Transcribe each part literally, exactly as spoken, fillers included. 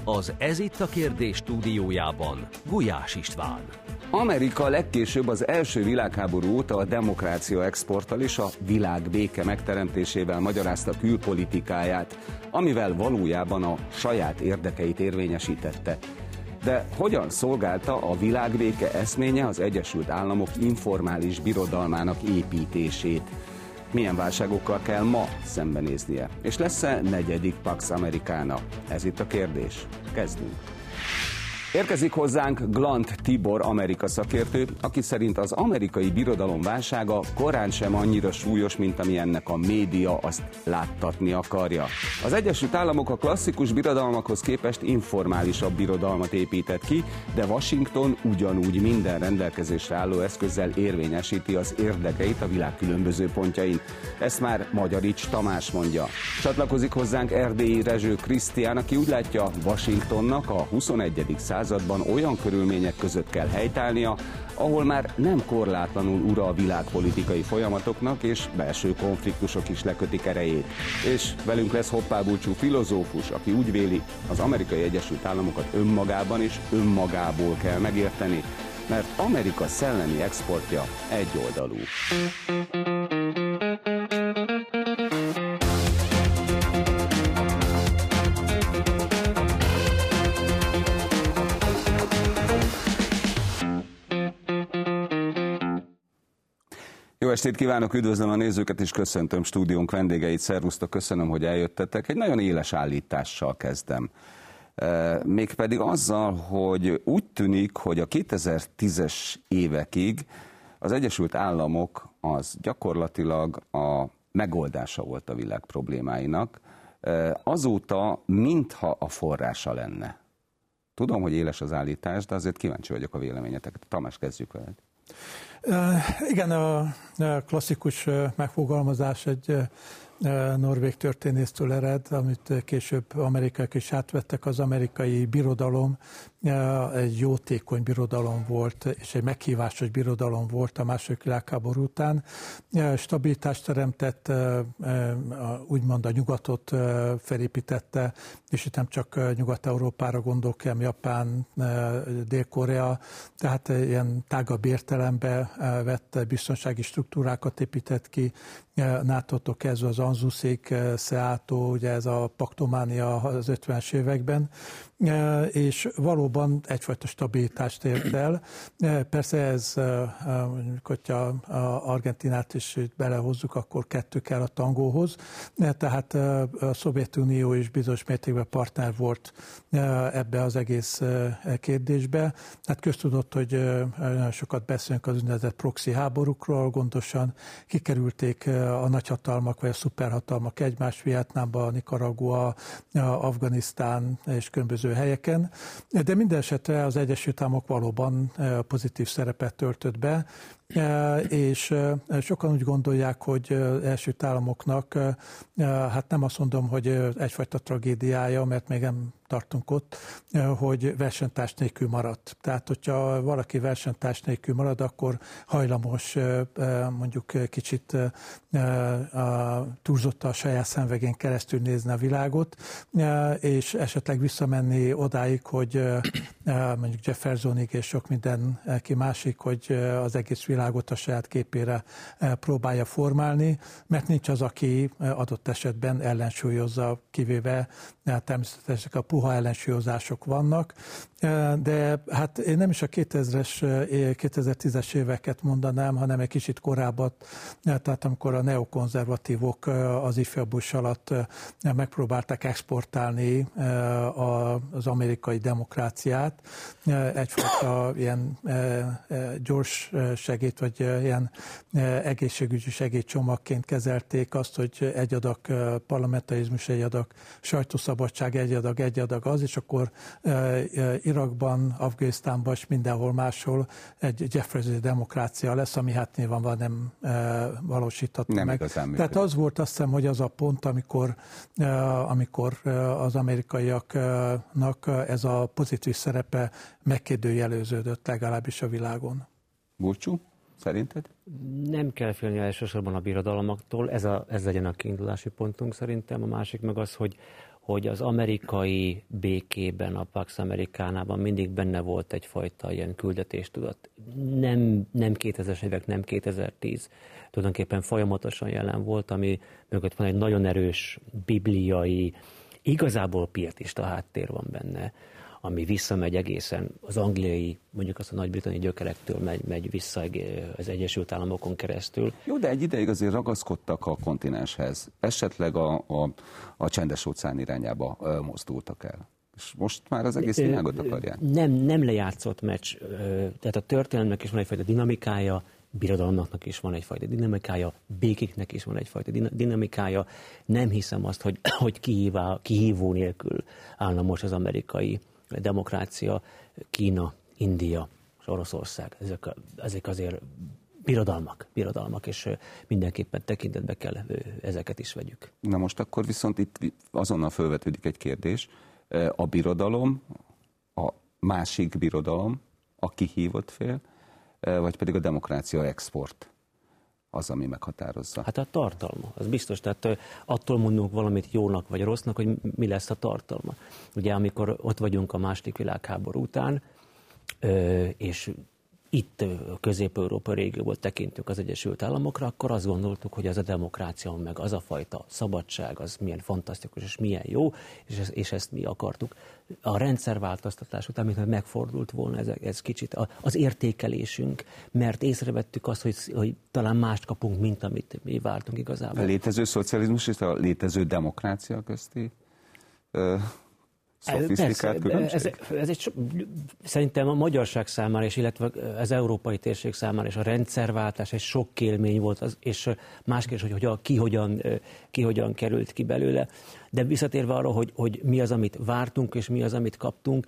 Az Ez itt a kérdés stúdiójában Gulyás István. Amerika legkésőbb az első világháború óta a demokrácia exporttal és a világ béke megteremtésével magyarázta külpolitikáját, amivel valójában a saját érdekeit érvényesítette. De hogyan szolgálta a világbéke eszménye az Egyesült Államok informális birodalmának építését? Milyen válságokkal kell ma szembenéznie? És lesz-e negyedik Pax Americana? Ez itt a kérdés. Kezdünk. Érkezik hozzánk Glant Tibor Amerika szakértő, aki szerint az amerikai birodalom válsága korán sem annyira súlyos, mint ami ennek a média azt láttatni akarja. Az Egyesült Államok a klasszikus birodalmakhoz képest informálisabb birodalmat épített ki, de Washington ugyanúgy minden rendelkezésre álló eszközzel érvényesíti az érdekeit a világ különböző pontjain. Ezt már Magyarics Tamás mondja. Csatlakozik hozzánk Erdélyi Rezső Krisztián, aki úgy látja, Washingtonnak a huszonegyedik században olyan körülmények között kell helytállnia, ahol már nem korlátlanul ura a világpolitikai folyamatoknak, és belső konfliktusok is lekötik erejét. És velünk lesz Hoppá Bulcsú filozófus, aki úgy véli, az Amerikai Egyesült Államokat önmagában és önmagából kell megérteni, mert Amerika szellemi exportja egyoldalú. Jó estét kívánok, üdvözlöm a nézőket, és köszöntöm stúdiónk vendégeit. Szervusztok, köszönöm, hogy eljöttetek. Egy nagyon éles állítással kezdem. Mégpedig azzal, hogy úgy tűnik, hogy a kétezer-tízes évekig az Egyesült Államok az gyakorlatilag a megoldása volt a világ problémáinak. Azóta mintha a forrása lenne. Tudom, hogy éles az állítás, de azért kíváncsi vagyok a véleményeteket. Tamás, kezdjük veled. Uh, igen, a klasszikus megfogalmazás egy norvég történésztől ered, amit később amerikaiak is átvettek. Az amerikai birodalom egy jótékony birodalom volt, és egy meghívásos birodalom volt a második világháború után. Stabilitást teremtett, úgymond a nyugatot felépítette, és itt nem csak Nyugat-Európára gondolok, hanem Japán, Dél-Korea, tehát ilyen tágabb értelembe vett biztonsági struktúrákat épített ki, nátó-tól kezdve az Anzuszék, Szeátó, ugye ez a paktománia az ötvenes években, és valóban egyfajta stabilitást ért el. Persze ez, hogyha Argentinát is belehozzuk, akkor kettő kell a tangóhoz, tehát a Szovjetunió is bizonyos mértékben partner volt ebbe az egész kérdésbe. Hát köztudott, hogy nagyon sokat beszélünk az úgynevezett proxy háborúkról, gondosan kikerülték a nagyhatalmak vagy a szuperhatalmak egymást, Vietnámba, Nicaragua, Afganisztán és különböző helyeken, de minden esetre az Egyesült Államok valóban pozitív szerepet töltött be, és sokan úgy gondolják, hogy az Egyesült Államoknak, hát nem azt mondom, hogy egyfajta tragédiája, mert még nem tartunk ott, hogy versenytárs nélkül maradt. Tehát, hogyha valaki versenytárs nélkül marad, akkor hajlamos mondjuk kicsit túlzottan a saját szemvegén keresztül nézni a világot, és esetleg visszamenni odáig, hogy mondjuk Jeffersonig és sok mindenki másik, hogy az egész világot a saját képére próbálja formálni, mert nincs az, aki adott esetben ellensúlyozza, kivéve természetesen a puha ellensúlyozások vannak, de hát én nem is a kétezres, kétezer-tízes éveket mondanám, hanem egy kicsit korábbat, tehát amikor a neokonzervatívok az ifjabb Bush alatt megpróbálták exportálni az amerikai demokráciát, egyfajta ilyen gyors segít, vagy ilyen egészségügyi segédcsomagként kezelték azt, hogy egy adag parlamentarizmus, egy adag sajtószabadság, egy adag, egy adag az, és akkor Irakban, Afganisztánban és mindenhol máshol egy Jeffersoni demokrácia lesz, ami hát nyilvánvalóan nem valósítható meg. Tehát az volt, azt hiszem, hogy az a pont, amikor, amikor az amerikaiaknak ez a pozitív szerepe megkérdőjeleződött legalábbis a világon. Bulcsú, szerinted? Nem kell félni elsősorban a birodalmaktól, ez, a, ez legyen a kiindulási pontunk szerintem. A másik meg az, hogy hogy az amerikai békében, a Pax Americanában mindig benne volt egyfajta ilyen küldetéstudat. Nem, nem kétezres évek, nem kétezer-tíz. Tulajdonképpen folyamatosan jelen volt, ami mögött van egy nagyon erős bibliai, igazából pietista háttér van benne, ami visszamegy egészen az angliai, mondjuk azt a nagy-britanniai gyökerektől megy, megy vissza az Egyesült Államokon keresztül. Jó, de egy ideig azért ragaszkodtak a kontinenshez, esetleg a, a, a Csendes-óceán irányába mozdultak el. És most már az egész világot akarják. Nem, nem lejátszott meccs, tehát a történelemnek is van egyfajta dinamikája, birodalomnak is van egyfajta dinamikája, békéknek is van egyfajta dinamikája. Nem hiszem azt, hogy, hogy kihívá, kihívó nélkül állna most az amerikai demokrácia, Kína, India és Oroszország. Ezek, ezek azért birodalmak, birodalmak, és mindenképpen tekintetbe kell ezeket is vegyük. Na most akkor viszont itt azonnal felvetődik egy kérdés. A birodalom, a másik birodalom, a kihívott fél, vagy pedig a demokrácia export az, ami meghatározza? Hát a tartalma, az biztos. Tehát attól mondunk valamit jónak vagy rossznak, hogy mi lesz a tartalma. Ugye amikor ott vagyunk a második világháború után, és itt a Közép-Európa régióból tekintünk az Egyesült Államokra, akkor azt gondoltuk, hogy az a demokrácia, meg az a fajta szabadság, az milyen fantasztikus és milyen jó, és, ez, és ezt mi akartuk. A rendszerváltoztatás után, mintha megfordult volna ez, ez kicsit az értékelésünk, mert észrevettük azt, hogy, hogy talán mást kapunk, mint amit mi vártunk igazából. A létező szocializmus és a létező demokrácia közti ö, szofisztikált különbség? Ez, ez egy, szerintem a magyarság számára, és illetve az európai térség számára, és a rendszerváltás egy sok élmény volt, az, és más kérdés, hogy, hogy ki, hogyan, ki hogyan került ki belőle. De visszatérve arra, hogy, hogy mi az, amit vártunk, és mi az, amit kaptunk,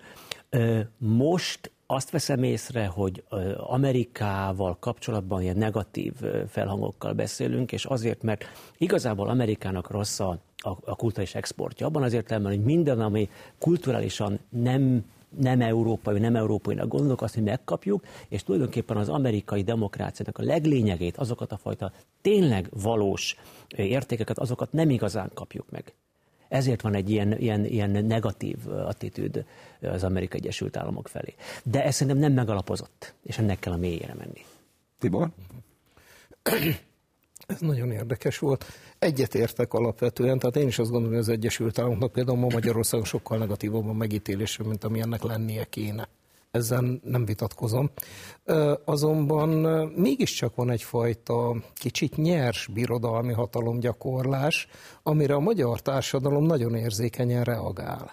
most azt veszem észre, hogy Amerikával kapcsolatban ilyen negatív felhangokkal beszélünk, és azért, mert igazából Amerikának rossz a, a kulturális exportja. Abban az értelemben, hogy minden, ami kulturálisan nem, nem európai, nem európainak gondolok, azt, hogy megkapjuk, és tulajdonképpen az amerikai demokráciának a leglényegét, azokat a fajta tényleg valós értékeket, azokat nem igazán kapjuk meg. Ezért van egy ilyen, ilyen, ilyen negatív attitűd az Amerikai Egyesült Államok felé. De ez szerintem nem megalapozott, és ennek kell a mélyére menni. Tibor? Ez nagyon érdekes volt. Egyetértek alapvetően, tehát én is azt gondolom, hogy az Egyesült Államoknak például ma Magyarországon sokkal negatívabb a megítélése, mint ami ennek lennie kéne. Ezzel nem vitatkozom. Azonban mégiscsak van egyfajta kicsit nyers birodalmi hatalomgyakorlás, amire a magyar társadalom nagyon érzékenyen reagál.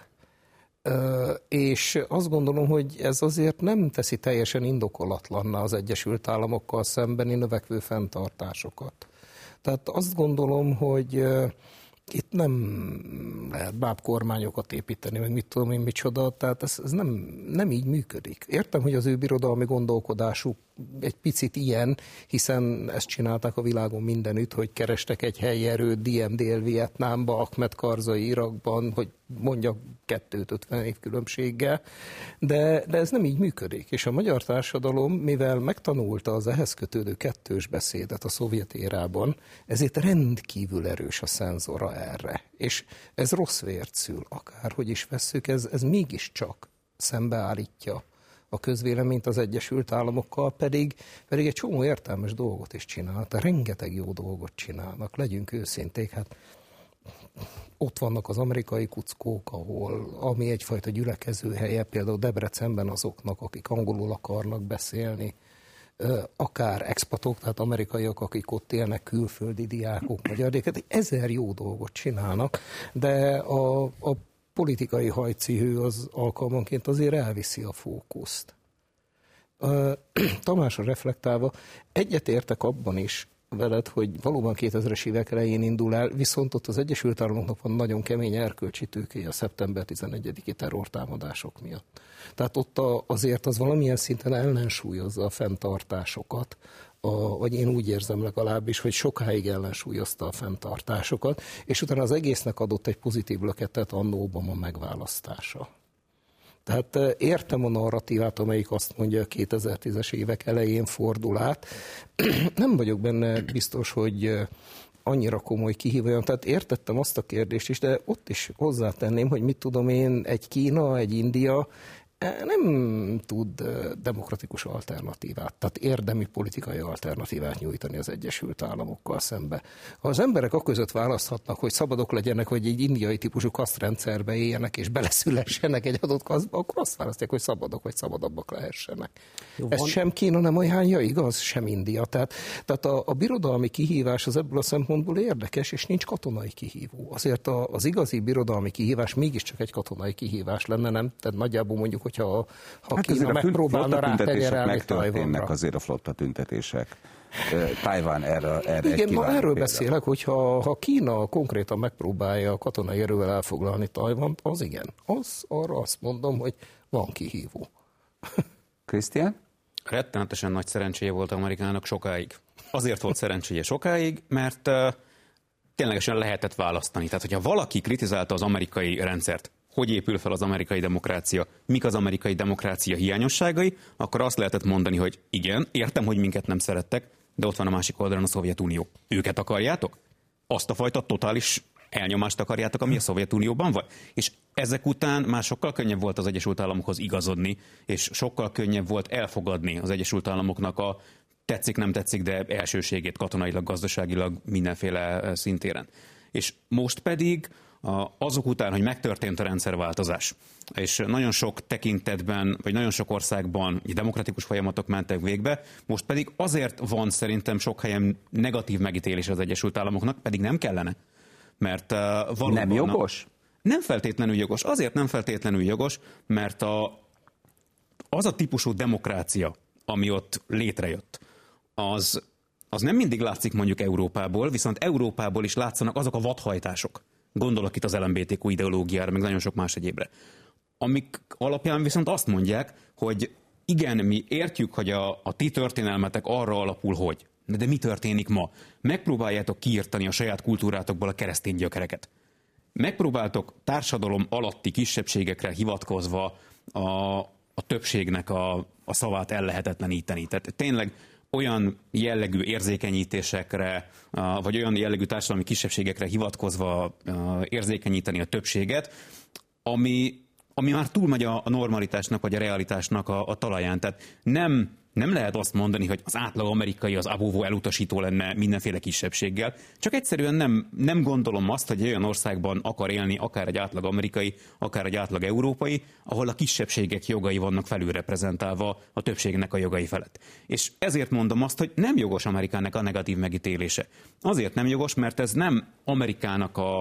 És azt gondolom, hogy ez azért nem teszi teljesen indokolatlanná az Egyesült Államokkal szembeni növekvő fenntartásokat. Tehát azt gondolom, hogy itt nem lehet bábkormányokat építeni, meg mit tudom én micsoda, tehát ez, ez nem, nem így működik. Értem, hogy az ő birodalmi gondolkodásuk egy picit ilyen, hiszen ezt csinálták a világon mindenütt, hogy kerestek egy helyi erőt Diem Dél-Vietnámba, Ahmed Karzai Irakban, hogy mondjak kettőt ötven év különbséggel, de, de ez nem így működik. És a magyar társadalom, mivel megtanulta az ehhez kötődő kettős beszédet a szovjet érában, ezért rendkívül erős a szenzora erre. És ez rossz vért szül, akárhogy is vesszük, ez, ez mégiscsak szembeállítja a közvéleményt az Egyesült Államokkal, pedig, pedig egy csomó értelmes dolgot is csinál, tehát rengeteg jó dolgot csinálnak, legyünk őszinték, hát ott vannak az amerikai kuckók, ahol, ami egyfajta gyülekező helye, például Debrecenben azoknak, akik angolul akarnak beszélni, akár expatok, tehát amerikaiak, akik ott élnek, külföldi diákok, magyar diákok, ezer jó dolgot csinálnak, de a, a politikai hajcihő az alkalmanként azért elviszi a fókuszt. Tamásra reflektálva, egyetértek abban is veled, hogy valóban kétezres évek elején indul el, viszont ott az Egyesült Államoknak van nagyon kemény erkölcsi tőkéje a szeptember tizenegyediki terrortámadások miatt. Tehát ott a, azért az valamilyen szinten ellensúlyozza a fenntartásokat, a, vagy én úgy érzem legalábbis, hogy sokáig ellensúlyozta a fenntartásokat, és utána az egésznek adott egy pozitív löketet annó Obama megválasztása. Tehát értem a narratívát, amelyik azt mondja, a kétezer-tízes évek elején fordul át. Nem vagyok benne biztos, hogy annyira komoly kihívó. Tehát értettem azt a kérdést is, de ott is hozzátenném, hogy mit tudom én, egy Kína, egy India nem tud demokratikus alternatívát, tehát érdemi politikai alternatívát nyújtani az Egyesült Államokkal szembe. Ha az emberek aközött választhatnak, hogy szabadok legyenek, hogy egy indiai típusú kasztrendszerbe éljenek és beleszülessenek egy adott kasztba, akkor azt választják, hogy szabadok vagy szabadabbak lehessenek. Jó, Ez van. Sem Kína nem ajánlja, igaz? Sem India. Tehát, tehát a, a birodalmi kihívás az ebből a szempontból érdekes, és nincs katonai kihívó. Azért a, az igazi birodalmi kihívás mégiscsak egy katonai kihívás lenne, nem? Tehát nagyjából mondjuk, hogyha ha hát Kína megpróbálna rátegerelni Tajvanra. Azért a flotta tüntetések. Tajvan erre, erre Igen, ma erről példa. beszélek, hogy ha, ha Kína konkrétan megpróbálja katonai erővel elfoglalni Tajvant, az igen. Az, arra azt mondom, hogy van kihívó. Krisztián? Rettenetesen nagy szerencséje volt Amerikának sokáig. Azért volt szerencséje sokáig, mert uh, ténylegesen lehetett választani. Tehát, hogyha valaki kritizálta az amerikai rendszert, hogy épül fel az amerikai demokrácia, mik az amerikai demokrácia hiányosságai, akkor azt lehetett mondani, hogy igen, értem, hogy minket nem szerettek, de ott van a másik oldalon a Szovjetunió. Őket akarjátok? Azt a fajta totális elnyomást akarjátok, ami a Szovjetunióban van? És ezek után már sokkal könnyebb volt az Egyesült Államokhoz igazodni, és sokkal könnyebb volt elfogadni az Egyesült Államoknak a tetszik, nem tetszik, de elsőségét katonailag, gazdaságilag, mindenféle szintéren. És most pedig azok után, hogy megtörtént a rendszerváltozás, és nagyon sok tekintetben, vagy nagyon sok országban demokratikus folyamatok mentek végbe, most pedig azért van szerintem sok helyen negatív megítélés az Egyesült Államoknak, pedig nem kellene. Mert uh, valóban... Nem jogos? Nem feltétlenül jogos. Azért nem feltétlenül jogos, mert a, az a típusú demokrácia, ami ott létrejött, az, az nem mindig látszik mondjuk Európából, viszont Európából is látszanak azok a vadhajtások. Gondolok itt az el em bé té kú ideológiára, meg nagyon sok más egyébre. Amik alapján viszont azt mondják, hogy igen, mi értjük, hogy a, a ti történelmetek arra alapul, hogy. De mi történik ma? Megpróbáljátok kiirtani a saját kultúrátokból a keresztény gyökereket. Megpróbáltok társadalom alatti kisebbségekre hivatkozva a, a többségnek a, a szavát ellehetetleníteni. Tehát tényleg olyan jellegű érzékenyítésekre, vagy olyan jellegű társadalmi kisebbségekre hivatkozva érzékenyíteni a többséget, ami, ami már túlmegy a normalitásnak, vagy a realitásnak a, a talaján. Tehát nem, nem lehet azt mondani, hogy az átlag amerikai az abóvó elutasító lenne mindenféle kisebbséggel, csak egyszerűen nem, nem gondolom azt, hogy olyan országban akar élni akár egy átlag amerikai, akár egy átlag európai, ahol a kisebbségek jogai vannak felülreprezentálva a többségnek a jogai felett. És ezért mondom azt, hogy nem jogos Amerikának a negatív megítélése. Azért nem jogos, mert ez nem Amerikának a,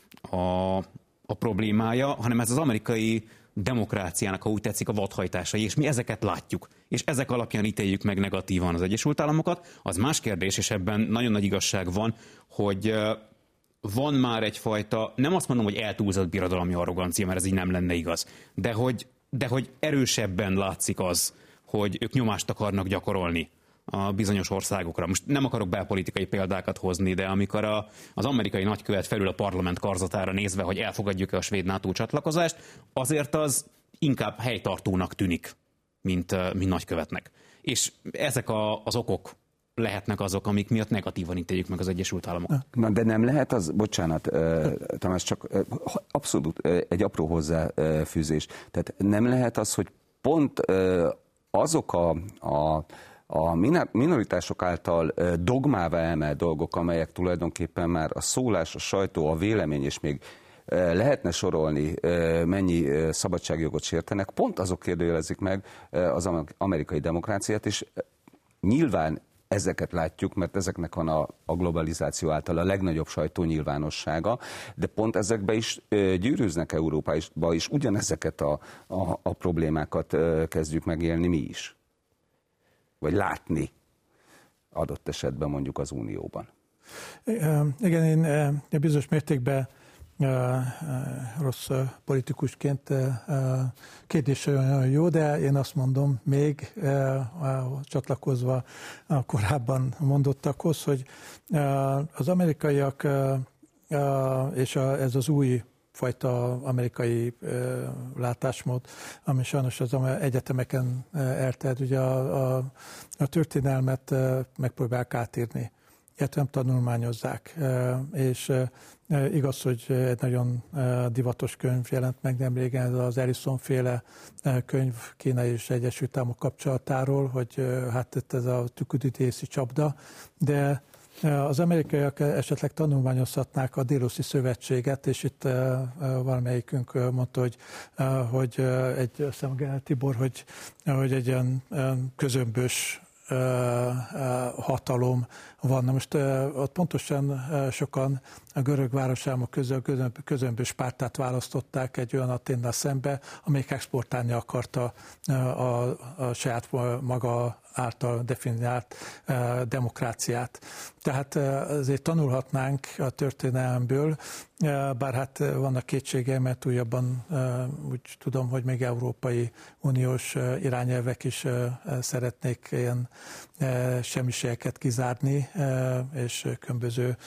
a, a problémája, hanem ez az amerikai demokráciának, ha úgy tetszik, a vadhajtásai, és mi ezeket látjuk. És ezek alapján ítéljük meg negatívan az Egyesült Államokat. Az más kérdés, és ebben nagyon nagy igazság van, hogy van már egyfajta, nem azt mondom, hogy eltúlzott birodalmi arrogancia, mert ez így nem lenne igaz, de hogy, de hogy erősebben látszik az, hogy ők nyomást akarnak gyakorolni a bizonyos országokra. Most nem akarok belpolitikai példákat hozni, de amikor a, az amerikai nagykövet felül a parlament karzatára nézve, hogy elfogadjuk-e a svéd NATO csatlakozást, azért az inkább helytartónak tűnik, mint, mint nagykövetnek. És ezek a, az okok lehetnek azok, amik miatt negatívan ítéljük meg az Egyesült Államokat. Na, de nem lehet az, bocsánat, Tamás, csak abszolút egy apró hozzáfűzés. Tehát nem lehet az, hogy pont azok a, a a minoritások által dogmává emelt dolgok, amelyek tulajdonképpen már a szólás, a sajtó, a vélemény, és még lehetne sorolni, mennyi szabadságjogot sértenek, pont azok kérdőjelezik meg az amerikai demokráciát, és nyilván ezeket látjuk, mert ezeknek van a, a globalizáció által a legnagyobb sajtó nyilvánossága, de pont ezekbe is gyűrűznek Európába is, ugyanezeket a, a, a problémákat kezdjük megélni mi is. Vagy látni adott esetben mondjuk az Unióban. Igen, én bizonyos mértékben rossz politikusként kérdés olyan jó, de én azt mondom még csatlakozva a korábban mondottakhoz, hogy az amerikaiak és ez az új fajta amerikai ö, látásmód, ami sajnos az egyetemeken elterjedt, ugye a, a, a történelmet ö, megpróbálják átírni illetve nem tanulmányozzák. És igaz, hogy egy nagyon divatos könyv jelent meg nemrégen, ez az Ellison-féle könyv Kína és Egyesült Államok kapcsolatáról, hogy hát itt ez a tüküdítészi csapda, de az amerikaiak esetleg tanulmányozhatnák a Déloszi Szövetséget, és itt valamelyikünk mondta, hogy, hogy egy, azt hiszem, Tibor, hogy, hogy egy ilyen közömbös hatalom van. Na most ott pontosan sokan a görög városálmok közül közömbös pártát választották egy olyan Athénnal szembe, amelyik exportálni akarta a, a, a saját maga által definiált demokráciát. Tehát azért tanulhatnánk a történelemből, bár hát vannak kétségeim, mert újabban úgy tudom, hogy még Európai Uniós irányelvek is szeretnék ilyen semmiségeket kizárni, és különböző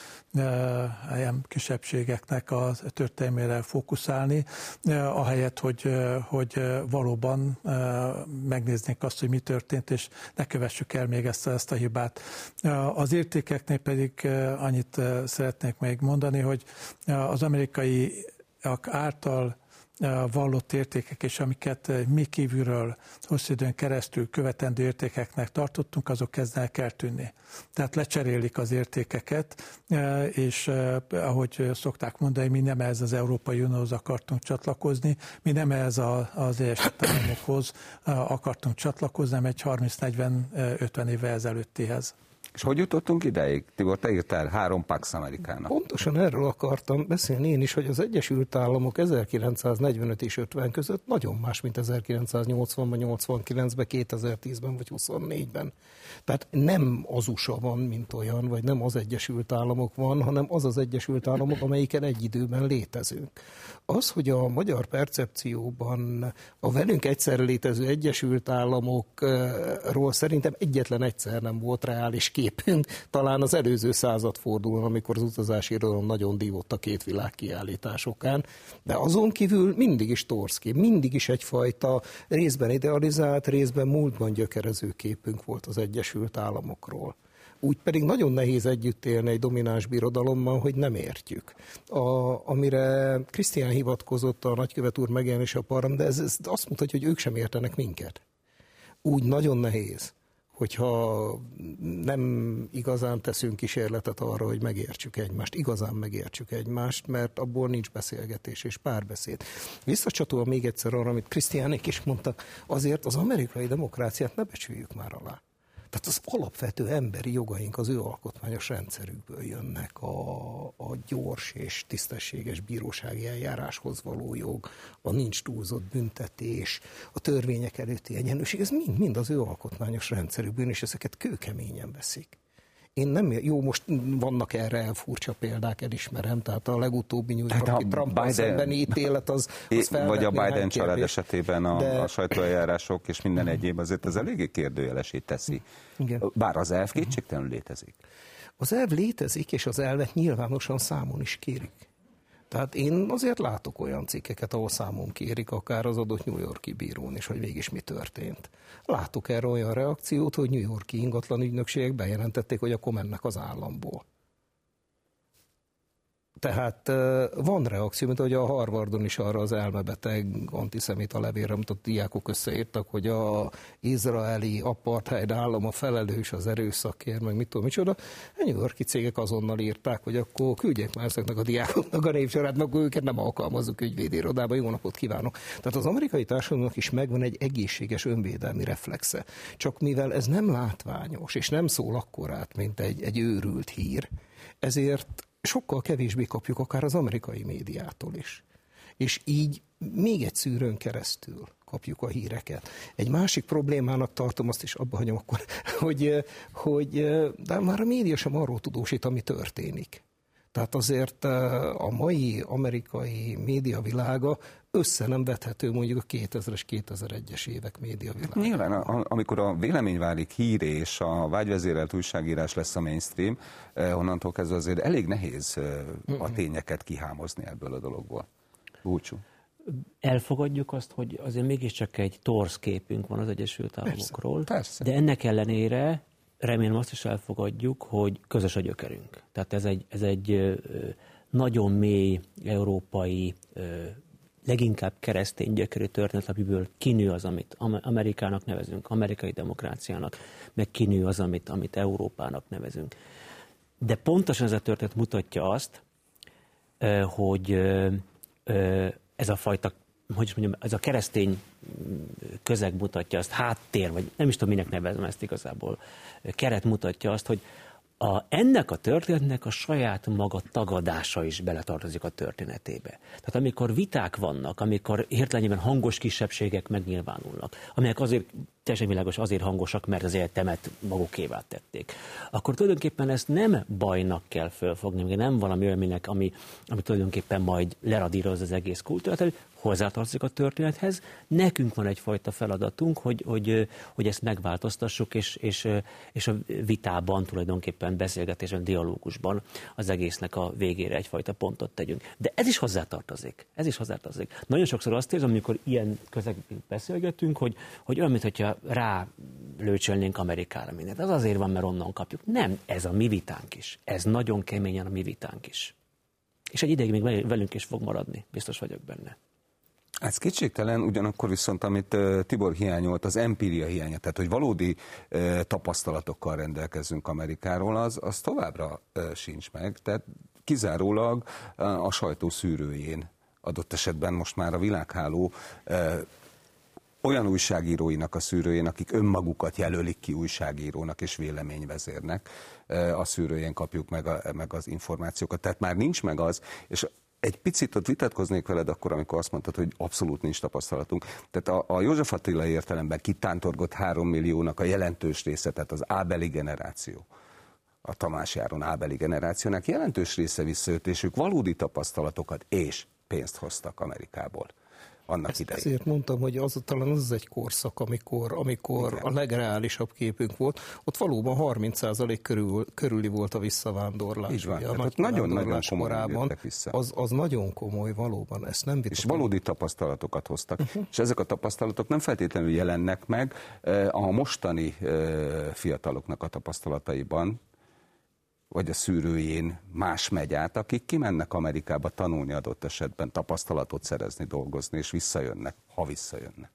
ilyen kisebbségeknek a történelmére fókuszálni, ahelyett, hogy, hogy valóban megnéznénk azt, hogy mi történt, és ne kövessük el még ezt, ezt a hibát. Az értékeknél pedig annyit szeretnék még mondani, hogy az amerikaiak által vallott értékek, és amiket mi kívülről hosszú időn keresztül követendő értékeknek tartottunk, azok kezdenek eltűnni. Tehát lecserélik az értékeket, és ahogy szokták mondani, mi nem ehhez az Európai Unióhoz akartunk csatlakozni, mi nem ehhez az Egyesült Államokhoz akartunk csatlakozni, hanem egy harminc-negyven-ötven évvel ezelőttihez. És hogy jutottunk ideig? Tibor, te írtál három Pax Amerikának. Pontosan erről akartam beszélni én is, hogy az Egyesült Államok ezerkilencszáznegyvenöt és ötven között nagyon más, mint ezerkilencszáznyolcvanban, nyolcvankilencben, kétezer-tízben vagy huszonnégyben. Tehát nem az u es á van, mint olyan, vagy nem az Egyesült Államok van, hanem az az Egyesült Államok, amelyiken egy időben létezünk. Az, hogy a magyar percepcióban a velünk egyszerre létező Egyesült Államokról szerintem egyetlen egyszer nem volt reális képünk, talán az előző századfordulón, amikor az utazási irodalom nagyon dívott a két világkiállításokán, de azon kívül mindig is torszkép, mindig is egyfajta részben idealizált, részben múltban gyökerező képünk volt az Egyesült Államokról. Úgy pedig nagyon nehéz együtt élni egy domináns birodalommal, hogy nem értjük. A, amire Krisztián hivatkozott a nagykövet úr megjelenése a parlam, de ez, ez azt mutatja, hogy ők sem értenek minket. Úgy nagyon nehéz, hogyha nem igazán teszünk kísérletet arra, hogy megértsük egymást, igazán megértsük egymást, mert abból nincs beszélgetés és párbeszéd. Visszacsatolva még egyszer arra, amit Krisztiánék is mondtak, azért az amerikai demokráciát ne becsüljük már alá. Tehát az alapvető emberi jogaink az ő alkotmányos rendszerükből jönnek, a, a gyors és tisztességes bírósági eljáráshoz való jog, a nincs túlzott büntetés, a törvények előtti egyenlőség, ez mind, mind az ő alkotmányos rendszerükből, és ezeket kőkeményen veszik. Én nem, jó, most vannak erre furcsa példák, elismerem, tehát a legutóbbi New York-i Trump-ban szembeni ítélet az, az vagy a Biden család esetében a, de... a sajtóeljárások és minden egyéb azért az eléggé kérdőjelesé teszi. Igen. Bár az elv kétségtelenül létezik. Az elv létezik, és az elvet nyilvánosan számon is kérik. Tehát én azért látok olyan cikkeket, ahol számon kérik, akár az adott New York-i bírón is, hogy mégis mi történt. Látok erre olyan reakciót, hogy New York-i ingatlan ügynökségek bejelentették, hogy akkor mennek az államból. Tehát van reakció, mint ahogy a Harvardon is arra az elmebeteg antiszemita levélre, amit a diákok összeírtak, hogy a izraeli apartheid állam a felelős az erőszakért, meg mit tudom, micsoda. A New York-i cégek azonnal írták, hogy akkor küldjék már ezeknek a diákoknak a névsorát, meg őket nem alkalmazzuk ügyvédirodába, jó napot kívánok. Tehát az amerikai társadalomnak is megvan egy egészséges önvédelmi reflexe. Csak mivel ez nem látványos, és nem szól akkorát, mint egy, egy őrült hír, ezért sokkal kevésbé kapjuk akár az amerikai médiától is. És így még egy szűrőn keresztül kapjuk a híreket. Egy másik problémának tartom, azt is abba hagyom akkor, hogy, hogy de már a média sem arról tudósít, ami történik. Tehát azért a mai amerikai médiavilága össze nem vethető mondjuk a kétezres, kétezer-egyes évek médiavilága. Nyilván, amikor a vélemény válik híré, és a vágyvezérelt újságírás lesz a mainstream, onnantól kezdve azért elég nehéz a tényeket kihámozni ebből a dologból. Búcsú. Elfogadjuk azt, hogy azért mégiscsak egy torz képünk van az Egyesült Államokról, persze, persze. De ennek ellenére remélem azt is elfogadjuk, hogy közös a gyökerünk. Tehát ez egy, ez egy nagyon mély európai, leginkább keresztény gyökerű történet, amiből kinő az, amit Amerikának nevezünk, amerikai demokráciának, meg kinő az, amit, amit Európának nevezünk. De pontosan ez a történet mutatja azt, hogy ez a fajta, hogy is mondjam, ez a keresztény közeg mutatja azt, háttér, vagy nem is tudom, minek nevezem ezt igazából, keret mutatja azt, hogy a, ennek a történetnek a saját maga tagadása is beletartozik a történetébe. Tehát amikor viták vannak, amikor hirtelenében hangos kisebbségek megnyilvánulnak, amelyek azért teljesen világos, azért hangosak, mert az életemet magukévá tették, akkor tulajdonképpen ezt nem bajnak kell fölfogni, nem valami ölménynek, ami, ami tulajdonképpen majd leradíroz az egész kultúrát, hozzátartozik a történethez. Nekünk van egyfajta feladatunk, hogy, hogy, hogy ezt megváltoztassuk, és, és, és a vitában, tulajdonképpen beszélgetésben, dialógusban az egésznek a végére egyfajta pontot tegyünk. De ez is hozzátartozik. Ez is hozzátartozik. Nagyon sokszor azt érzem, amikor ilyen közegben beszélgetünk, hogy, hogy olyan, mintha rá lőcsölnénk Amerikára mindent. Az azért van, mert onnan kapjuk. Nem, ez a mi vitánk is. Ez nagyon keményen a mi vitánk is. És egy ideig még velünk is fog maradni. Biztos vagyok benne. Ez kétségtelen, ugyanakkor viszont, amit Tibor hiányolt, az empíria hiánya, tehát hogy valódi tapasztalatokkal rendelkezünk Amerikáról, az, az továbbra sincs meg, tehát kizárólag a sajtó szűrőjén, adott esetben most már a világháló olyan újságíróinak a szűrőjén, akik önmagukat jelölik ki újságírónak és véleményvezérnek, a szűrőjén kapjuk meg, a, meg az információkat. Tehát már nincs meg az, és egy picit ott vitatkoznék veled akkor, amikor azt mondtad, hogy abszolút nincs tapasztalatunk. Tehát a, a József Attila értelemben kitántorgott három milliónak a jelentős része, tehát az ábeli generáció, a Tamás Járon ábeli generációnak jelentős része visszajött, és ők valódi tapasztalatokat és pénzt hoztak Amerikából. Annak idején. Ezért mondtam, hogy az talán az egy korszak, amikor, amikor a legreálisabb képünk volt. Ott valóban harminc százalék körül, körüli volt a visszavándorlás. Így van, tehát nagyon-nagyon komolyan jöttek vissza. Az, az nagyon komoly, valóban, ezt nem vitatom. És valódi tapasztalatokat hoztak. Uh-huh. És ezek a tapasztalatok nem feltétlenül jelennek meg a mostani fiataloknak a tapasztalataiban, vagy a szűrőjén más megy át, akik kimennek Amerikába tanulni adott esetben, tapasztalatot szerezni, dolgozni, és visszajönnek, ha visszajönnek.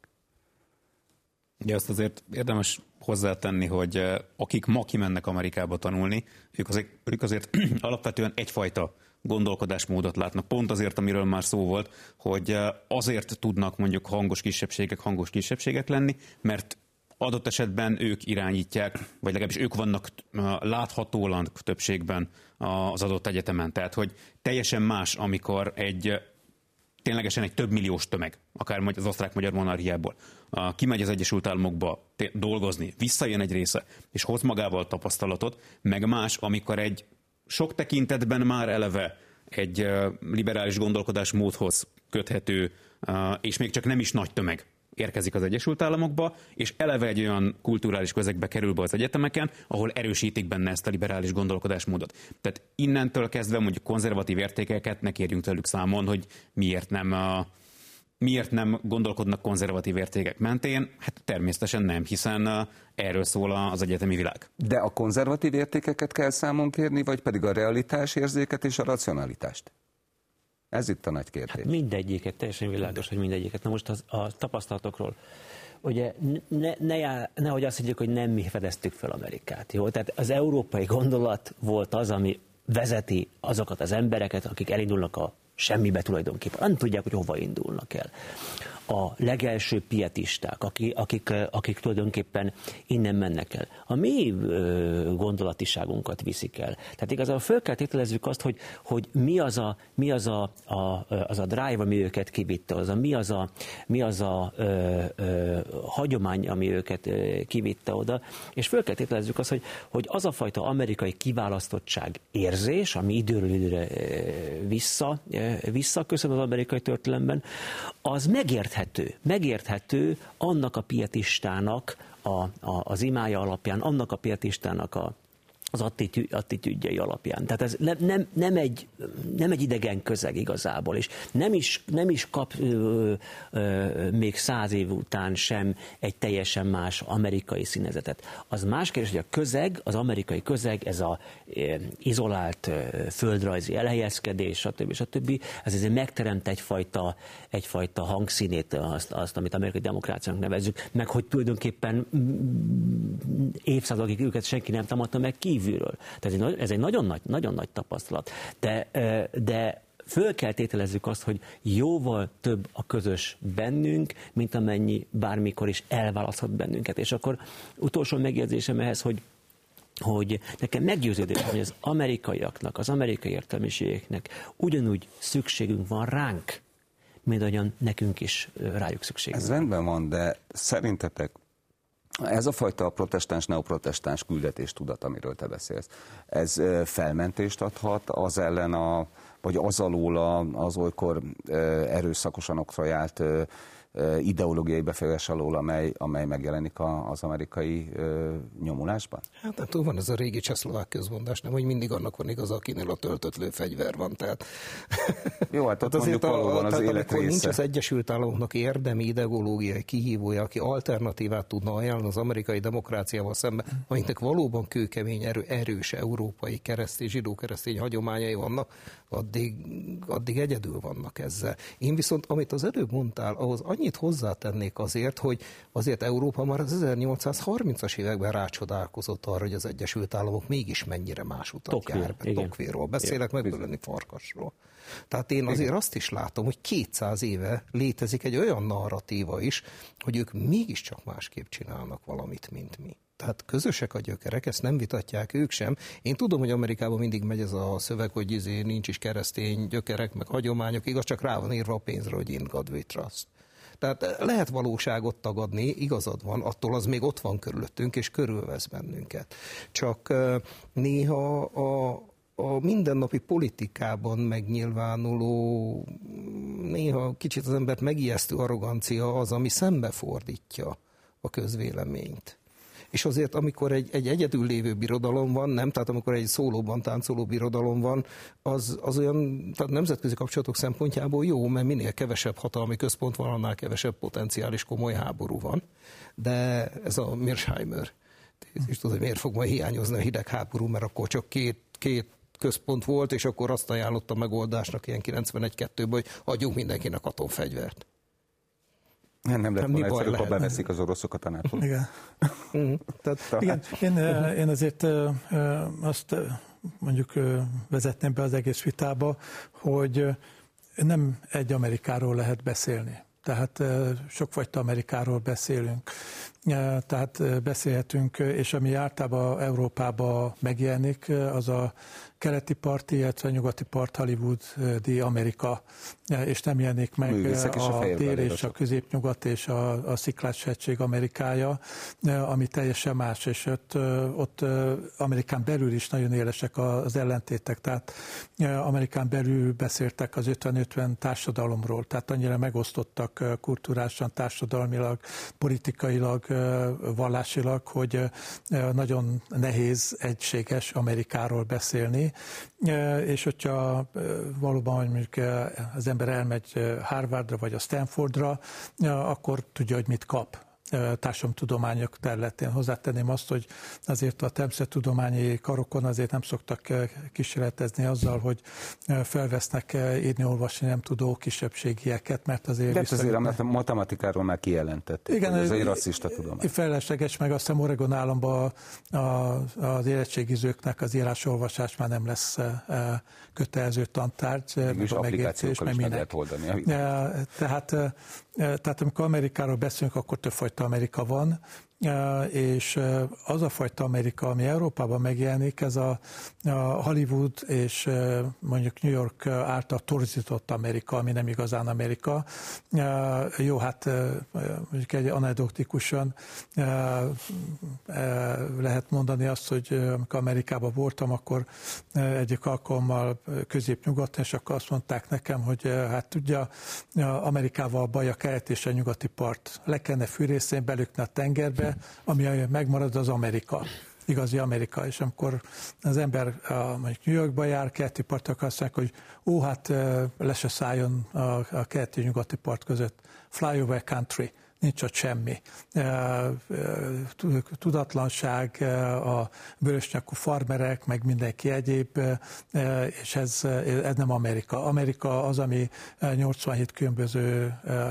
Ugye azt azért érdemes hozzátenni, hogy akik ma kimennek Amerikába tanulni, ők azért, ők azért alapvetően egyfajta gondolkodásmódot látnak. Pont azért, amiről már szó volt, hogy azért tudnak mondjuk hangos kisebbségek, hangos kisebbségek lenni, mert adott esetben ők irányítják, vagy legalábbis ők vannak láthatóan többségben az adott egyetemen. Tehát, hogy teljesen más, amikor egy ténylegesen egy több milliós tömeg, akár az osztrák-magyar monarchiából, kimegy az Egyesült Államokba dolgozni, visszajön egy része, és hoz magával tapasztalatot, meg más, amikor egy sok tekintetben már eleve egy liberális gondolkodásmódhoz köthető, és még csak nem is nagy tömeg érkezik az Egyesült Államokba, és eleve egy olyan kulturális közegbe kerül be az egyetemeken, ahol erősítik benne ezt a liberális gondolkodásmódot. Tehát innentől kezdve mondjuk konzervatív értékeket ne kérjünk tőlük számon, hogy miért nem, miért nem gondolkodnak konzervatív értékek mentén. Hát természetesen nem, hiszen erről szól az egyetemi világ. De a konzervatív értékeket kell számon kérni, vagy pedig a realitás érzéket és a racionalitást? Ez itt a nagy kérdés. Hát mindegyiket, teljesen világos, hogy mindegyiket. Na most az, a tapasztalatokról. Ugye ne, ne, nehogy azt higgyük, hogy nem mi fedeztük fel Amerikát. Jó? Tehát az európai gondolat volt az, ami vezeti azokat az embereket, akik elindulnak a semmibe tulajdonképpen. Nem tudják, hogy hova indulnak el. A legelső pietisták, akik, akik, akik tulajdonképpen innen mennek el. A mi gondolatiságunkat viszik el. Tehát igazából föl kell tételezzük azt, hogy, hogy mi az a, mi az a, a, az a drive, ami őket kivitte, az a, mi az a, mi az a ö, ö, hagyomány, ami őket ö, kivitte oda, és föl kell tételezzük azt, hogy, hogy az a fajta amerikai kiválasztottság érzés, ami időről időre vissza, visszaköszön az amerikai történelemben, az megérthető, megérthető annak a pietistának a, a, az imája alapján, annak a pietistának a, az attitű, attitűdjei alapján. Tehát ez nem, nem, nem, egy, nem egy idegen közeg igazából, és nem is, nem is kap ö, ö, még száz év után sem egy teljesen más amerikai színezetet. Az más kérdés, hogy a közeg, az amerikai közeg, ez a ö, izolált ö, földrajzi elhelyezkedés, stb. stb. Ez azért megteremt egyfajta, egyfajta hangszínét, azt, azt, amit amerikai demokráciának nevezzük, meg hogy tulajdonképpen évszázadokig őket senki nem támadta meg kívülről. Tehát ez egy, ez egy nagyon nagy, nagyon nagy tapasztalat. De, de föl kell tételezzük azt, hogy jóval több a közös bennünk, mint amennyi bármikor is elválaszthat bennünket. És akkor utolsó megjegyzésem ehhez, hogy hogy nekem meggyőződés, hogy az amerikaiaknak, az amerikai értelmiségeknek ugyanúgy szükségünk van ránk, mint ahogyan nekünk is rájuk szükségünk. Ez rendben van, de szerintetek ez a fajta protestáns, neoprotestáns küldetéstudat, amiről te beszélsz, ez felmentést adhat az ellen, a, vagy az alól az olykor erőszakosan oktrojált ideológiai befolyás alól, amely, amely megjelenik az amerikai ö, nyomulásban? Hát nem tudom, van ez a régi csehszlovák közmondás, nem, hogy mindig annak van igaza, akinél a töltött lőfegyver van. Tehát... Jó, hát ott mondjuk a, valóban az tehát élet része. Nincs az Egyesült Államoknak érdemi ideológiai kihívója, aki alternatívát tudna ajánlani az amerikai demokráciával szemben, amiknek valóban kőkemény, erő, erős európai keresztény, zsidó-keresztény hagyományai vannak, addig, addig egyedül vannak ezzel. Én viszont, amit az előbb mondtál, ahhoz annyit hozzátennék azért, hogy azért Európa már az ezernyolcszázharmincas években rácsodálkozott arra, hogy az Egyesült Államok mégis mennyire más utat Tocqueville, jár be. Tocqueville-ról beszélek, megölni Farkasról. Tehát én azért azt is látom, hogy kétszáz éve létezik egy olyan narratíva is, hogy ők mégiscsak másképp csinálnak valamit, mint mi. Tehát közösek a gyökerek, ezt nem vitatják ők sem. Én tudom, hogy Amerikában mindig megy ez a szöveg, hogy izé nincs is keresztény gyökerek, meg hagyományok, igaz, csak rá van írva a pénzre, hogy in God we trust. Tehát lehet valóságot tagadni, igazad van, attól az még ott van körülöttünk, és körülvesz bennünket. Csak néha a, a mindennapi politikában megnyilvánuló, néha kicsit az embert megijesztő arrogancia az, ami szembefordítja a közvéleményt. És azért, amikor egy, egy egyedül lévő birodalom van, nem, tehát amikor egy szólóban táncoló birodalom van, az, az olyan, tehát nemzetközi kapcsolatok szempontjából jó, mert minél kevesebb hatalmi központ van, annál kevesebb potenciális komoly háború van. De ez a Mearsheimer tézis, tudod, hogy miért fog majd hiányozni a hidegháború, mert akkor csak két, két központ volt, és akkor azt ajánlotta megoldásnak ilyen kilencvenegy-kettőben, hogy adjunk mindenkinek atomfegyvert. Nem, nem lett volna egyszerűbb, ha beveszik az oroszokat a NATO. Igen. Igen, én, én azért azt mondjuk vezetném be az egész vitába, hogy nem egy Amerikáról lehet beszélni. Tehát sokfajta Amerikáról beszélünk. Tehát beszélhetünk, és ami általában Európában megjelenik, az a keleti part, illetve a nyugati part, hollywoodi Amerika, és nem jelenik meg a, a dél és a középnyugat és a, a Sziklás-hegység Amerikája, ami teljesen más, és ott, ott Amerikán belül is nagyon élesek az ellentétek, tehát Amerikán belül beszéltek az ötven-ötven társadalomról, tehát annyira megosztottak kulturálisan, társadalmilag, politikailag, vallásilag, hogy nagyon nehéz egységes Amerikáról beszélni, és hogyha valóban mondjuk az ember elmegy Harvardra vagy a Stanfordra, akkor tudja, hogy mit kap társadalomtudományok területén. Hozzátenném azt, hogy azért a természettudományi karokon azért nem szoktak kísérletezni azzal, hogy felvesznek írni-olvasni nem tudó kisebbségieket, mert azért... De azért a matematikáról már kijelentették, igen, hogy ez egy rasszista tudomány. Felesleges, meg azt hiszem Oregon államban az érettségizőknek az írás-olvasás már nem lesz kötelező tantárgy, meg a megjegyzés, meg minek. Tehát, tehát amikor Amerikáról beszélünk, akkor többfajta Amerika van, és az a fajta Amerika, ami Európában megjelenik, ez a Hollywood és mondjuk New York által torzított Amerika, ami nem igazán Amerika. Jó, hát mondjuk egy anekdotikusan lehet mondani azt, hogy amikor Amerikában voltam, akkor egyik alkalommal közép-nyugaton, és akkor azt mondták nekem, hogy hát tudja, Amerikával a baj a kelet és a nyugati part. Le kellene fűrészen belükne a tengerbe, ami megmarad az Amerika. igazi Amerika. És amikor az ember mondjuk New Yorkba jár, keleti partok, azt mondják, hogy ó, hát le se szálljon a, a keleti nyugati part között. Flyover country. Nincs ott semmi. Tudatlanság, a vörösnyakú farmerek, meg mindenki egyéb, és ez, ez nem Amerika. Amerika az, ami nyolcvanhét különböző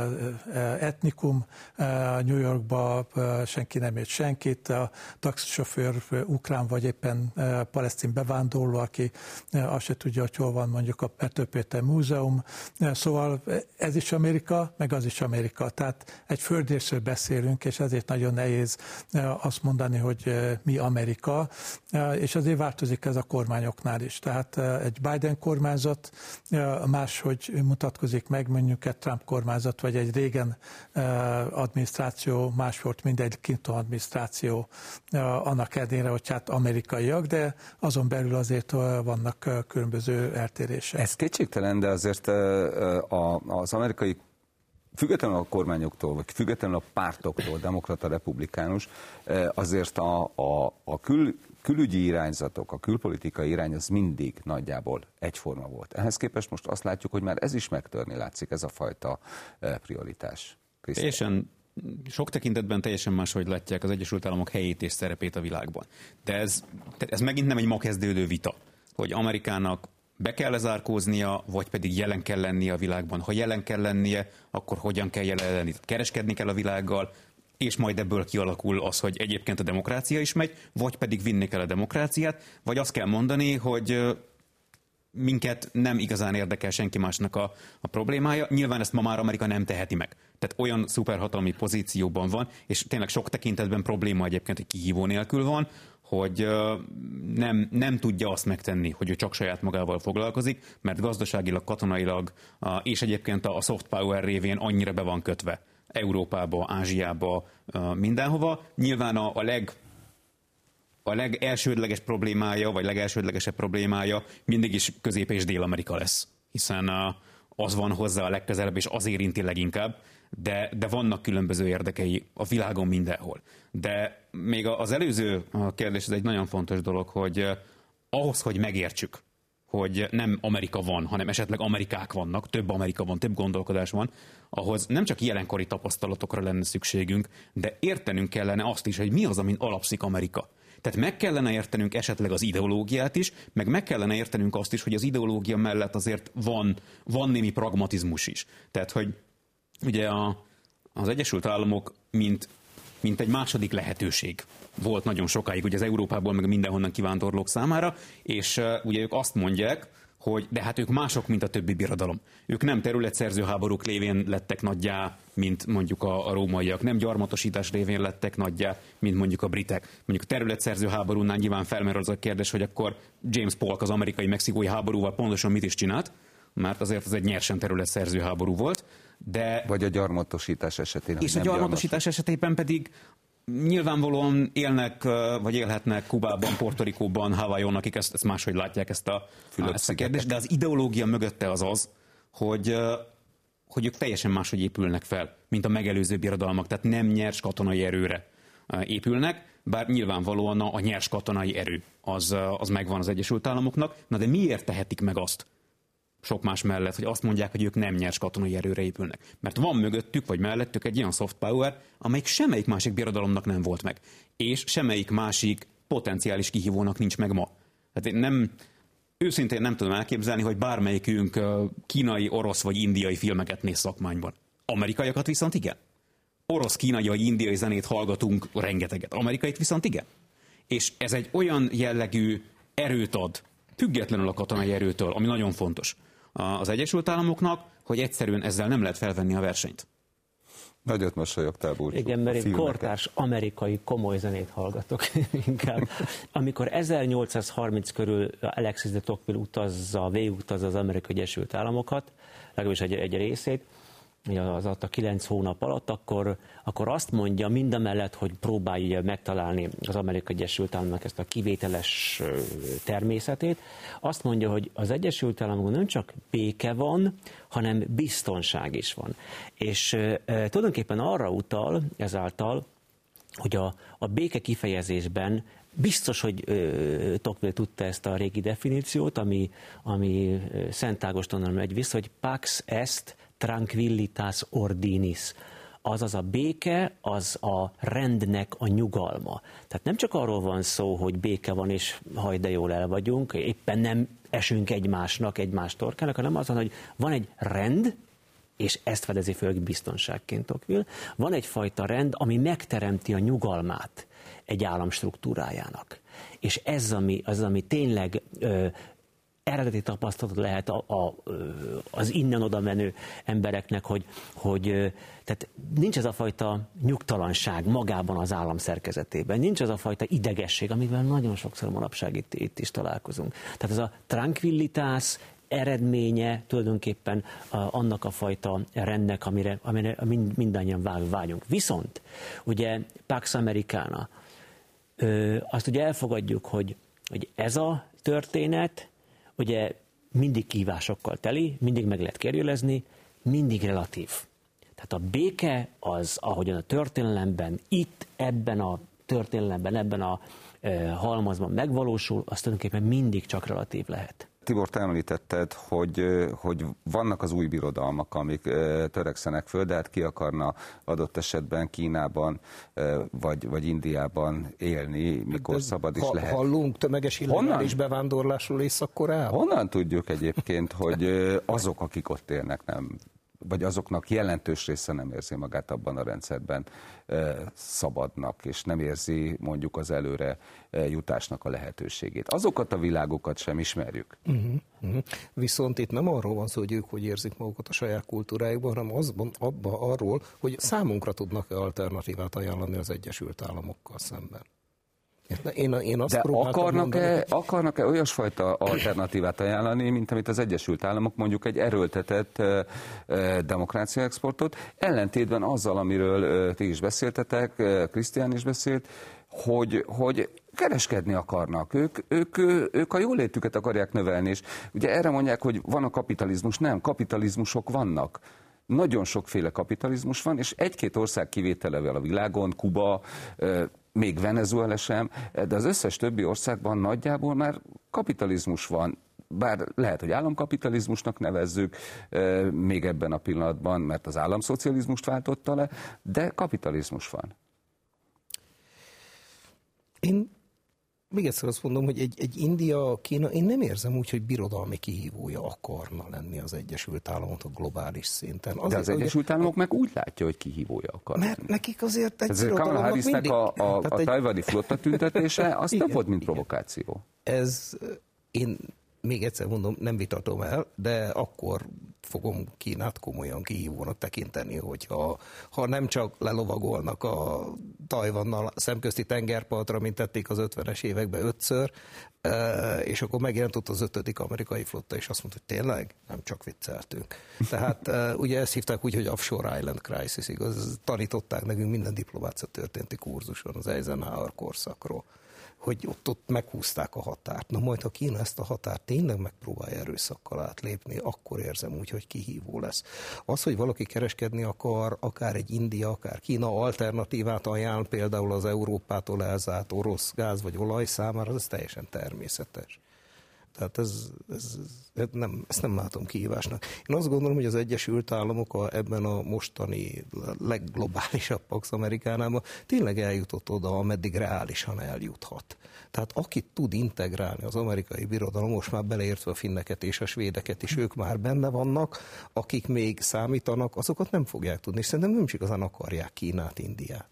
etnikum, New Yorkba senki nem ért senkit, a taxisofőr ukrán vagy éppen palesztin bevándorló, aki azt se tudja, hogy hol van mondjuk a Pető Péter Múzeum. Szóval ez is Amerika, meg az is Amerika. Tehát egy földrészről beszélünk, és ezért nagyon nehéz azt mondani, hogy mi Amerika, és azért változik ez a kormányoknál is. Tehát egy Biden kormányzat máshogy mutatkozik meg, mondjuk egy Trump kormányzat, vagy egy Reagan adminisztráció más volt, mint egy Clinton adminisztráció, annak ellenére, hogy hát amerikaiak, de azon belül azért vannak különböző eltérések. Ez kétségtelen, de azért az amerikai függetlenül a kormányoktól, vagy függetlenül a pártoktól, demokrata, republikánus, azért a, a, a kül, külügyi irányzatok, a külpolitikai irány az mindig nagyjából egyforma volt. Ehhez képest most azt látjuk, hogy már ez is megtörni látszik, ez a fajta prioritás. Teljesen, sok tekintetben teljesen máshogy látják az Egyesült Államok helyét és szerepét a világban. De ez, ez megint nem egy ma kezdődő vita, hogy Amerikának be kell lezárkóznia, vagy pedig jelen kell lennie a világban. Ha jelen kell lennie, akkor hogyan kell jelen lenni? Kereskedni kell a világgal, és majd ebből kialakul az, hogy egyébként a demokrácia is megy, vagy pedig vinni kell a demokráciát, vagy azt kell mondani, hogy minket nem igazán érdekel senki másnak a, a problémája. Nyilván ezt ma már Amerika nem teheti meg. Tehát olyan szuperhatalmi pozícióban van, és tényleg sok tekintetben probléma egyébként, hogy kihívó nélkül van, hogy nem, nem tudja azt megtenni, hogy ő csak saját magával foglalkozik, mert gazdaságilag, katonailag és egyébként a soft power révén annyira be van kötve Európába, Ázsiába, mindenhova. Nyilván a, a leg a legelsődleges problémája, vagy legelsődlegesebb problémája mindig is Közép- és Dél-Amerika lesz, hiszen az van hozzá a legközelebb, és az érinti leginkább, de, de vannak különböző érdekei a világon mindenhol. De még az előző kérdés, ez egy nagyon fontos dolog, hogy ahhoz, hogy megértsük, hogy nem Amerika van, hanem esetleg Amerikák vannak, több Amerika van, több gondolkodás van, ahhoz nem csak jelenkori tapasztalatokra lenne szükségünk, de értenünk kellene azt is, hogy mi az, amin alapszik Amerika. Tehát meg kellene értenünk esetleg az ideológiát is, meg meg kellene értenünk azt is, hogy az ideológia mellett azért van, van némi pragmatizmus is. Tehát, hogy ugye a, az Egyesült Államok, mint, mint egy második lehetőség volt nagyon sokáig, ugye az Európából, meg mindenhonnan kivándorlók számára, és uh, ugye ők azt mondják, hogy de hát ők mások, mint a többi birodalom. Ők nem területszerző háborúk lévén lettek nagyjá, mint mondjuk a, a rómaiak, nem gyarmatosítás révén lettek nagyjá, mint mondjuk a britek. Mondjuk a területszerző háborúnál nyilván felmerül az a kérdés, hogy akkor James Polk az amerikai-mexikói háborúval pontosan mit is csinált, mert azért az egy nyersen területszerző háború volt. De vagy a gyarmatosítás esetén. És a gyarmatosítás esetében pedig nyilvánvalóan élnek, vagy élhetnek Kubában, Portorikóban, Hawaiion, akik ezt, ezt máshogy látják ezt a, ezt a kérdést, de az ideológia mögötte az az, hogy, hogy ők teljesen máshogy épülnek fel, mint a megelőző birodalmak, tehát nem nyers katonai erőre épülnek, bár nyilvánvalóan a nyers katonai erő az, az megvan az Egyesült Államoknak, na de miért tehetik meg azt, sok más mellett, hogy azt mondják, hogy ők nem nyers katonai erőre épülnek. Mert van mögöttük, vagy mellettük egy olyan soft power, amelyik semmelyik másik birodalomnak nem volt meg. És semmelyik másik potenciális kihívónak nincs meg ma. Hát én nem, őszintén nem tudom elképzelni, hogy bármelyikünk kínai, orosz vagy indiai filmeket néz szakmányban. Amerikaiakat viszont igen. Orosz, kínai vagy indiai zenét hallgatunk rengeteget. Amerikait viszont igen. És ez egy olyan jellegű erőt ad, függetlenül a katonai erőtől, ami nagyon fontos az Egyesült Államoknak, hogy egyszerűen ezzel nem lehet felvenni a versenyt. Nagyot mosolyogtál, Burcsú. Igen, mert én kortárs amerikai komoly zenét hallgatok inkább. Amikor ezernyolcszázharminc körül Alexis de Tocqueville utazza, végigutazza az Amerikai Egyesült Államokat, legalábbis egy, egy részét, az a kilenc hónap alatt, akkor, akkor azt mondja mindamellett, hogy próbálja megtalálni az Amerikai Egyesült Államok ezt a kivételes természetét, azt mondja, hogy az Egyesült Államokban nem csak béke van, hanem biztonság is van. És e, tulajdonképpen arra utal ezáltal, hogy a, a béke kifejezésben biztos, hogy ö, Tocqueville tudta ezt a régi definíciót, ami, ami Szent Ágostonra megy vissza, hogy pax est tranquillitas ordinis. Azaz a béke, az a rendnek a nyugalma. Tehát nem csak arról van szó, hogy béke van, és haj, de jól el vagyunk, éppen nem esünk egymásnak, egymás torkának, hanem azon, hogy van egy rend, és ezt fedezi föl biztonságként Tocqueville, van egyfajta rend, ami megteremti a nyugalmát egy állam struktúrájának. És ez, ami, az, ami tényleg ö, eredeti tapasztalat lehet a, a, az innen oda menő embereknek, hogy, hogy tehát nincs ez a fajta nyugtalanság magában az állam szerkezetében, nincs ez a fajta idegesség, amivel nagyon sokszor manapság itt, itt is találkozunk. Tehát ez a tranquillitás eredménye tulajdonképpen annak a fajta rendnek, amire, amire mindannyian vágyunk. Viszont ugye Pax Americana, azt ugye elfogadjuk, hogy, hogy ez a történet ugye mindig kihívásokkal teli, mindig meg lehet kérdőjelezni, mindig relatív. Tehát a béke az, ahogyan a történelemben, itt, ebben a történelemben, ebben a e, halmazban megvalósul, az tulajdonképpen mindig csak relatív lehet. Tibor, te említetted, hogy, hogy vannak az új birodalmak, amik törekszenek föl, de hát ki akarna adott esetben Kínában vagy, vagy Indiában élni, mikor de szabad is ha, lehet. Hallunk tömeges illegális bevándorlásról Észak-Koreában? Honnan tudjuk egyébként, hogy azok, akik ott élnek, nem, vagy azoknak jelentős része nem érzi magát abban a rendszerben szabadnak, és nem érzi mondjuk az előre jutásnak a lehetőségét. Azokat a világokat sem ismerjük. Uh-huh, uh-huh. Viszont itt nem arról van szó, hogy ők hogy érzik magukat a saját kultúrájukban, hanem azban, abban arról, hogy számunkra tudnak-e alternatívát ajánlani az Egyesült Államokkal szemben. Én, én azt De akarnak-e, mondani, akarnak-e olyasfajta alternatívát ajánlani, mint amit az Egyesült Államok, mondjuk egy erőltetett e, e, demokráciaexportot, ellentétben azzal, amiről e, ti is beszéltetek, e, Krisztián is beszélt, hogy, hogy kereskedni akarnak, ők, ők, ők a jólétüket akarják növelni, és ugye erre mondják, hogy van a kapitalizmus, nem, kapitalizmusok vannak. Nagyon sokféle kapitalizmus van, és egy-két ország kivételevel a világon, Kuba, e, még Venezuela sem, de az összes többi országban nagyjából már kapitalizmus van. Bár lehet, hogy államkapitalizmusnak nevezzük még ebben a pillanatban, mert az államszocializmust váltotta le, de kapitalizmus van. Én még egyszer azt mondom, hogy egy, egy India, Kína, én nem érzem úgy, hogy birodalmi kihívója akarna lenni az Egyesült Államok a globális szinten. Azért, de az Egyesült Államok ugye, meg úgy látja, hogy kihívója akar. Mert lenni. Nekik azért egy birodalomnak Kamala Harrisnek a, a, a egy... tajvani flotta tüntetése, az nem volt, mint igen. provokáció. Ez, én még egyszer mondom, nem vitatom el, de akkor fogom Kínát komolyan kihívónak tekinteni, hogyha ha nem csak lelovagolnak a Tajvannal szemközti tengerpartra, mint tették az ötvenes években ötször, és akkor megjelent ott az ötödik amerikai flotta, és azt mondta, hogy tényleg? Nem csak vicceltünk. Tehát ugye ezt hívták úgy, hogy Offshore Island Crisis, igaz? Tanították nekünk minden diplomácia történeti kurzuson az Eisenhower korszakról, hogy ott, ott meghúzták a határt. Na majd, ha Kína ezt a határt tényleg megpróbálja erőszakkal átlépni, akkor érzem úgy, hogy kihívó lesz. Az, hogy valaki kereskedni akar, akár egy India, akár Kína alternatívát ajánl, például az Európától elzárt orosz gáz vagy olaj számára, ez teljesen természetes. Tehát ez, ez, ez nem, ezt nem látom kihívásnak. Én azt gondolom, hogy az Egyesült Államok a, ebben a mostani legglobálisabb Pax Amerikánában tényleg eljutott oda, ameddig reálisan eljuthat. Tehát akit tud integrálni az amerikai birodalom, most már beleértve a finneket és a svédeket is, ők már benne vannak, akik még számítanak, azokat nem fogják tudni, és szerintem nem is igazán akarják Kínát, Indiát.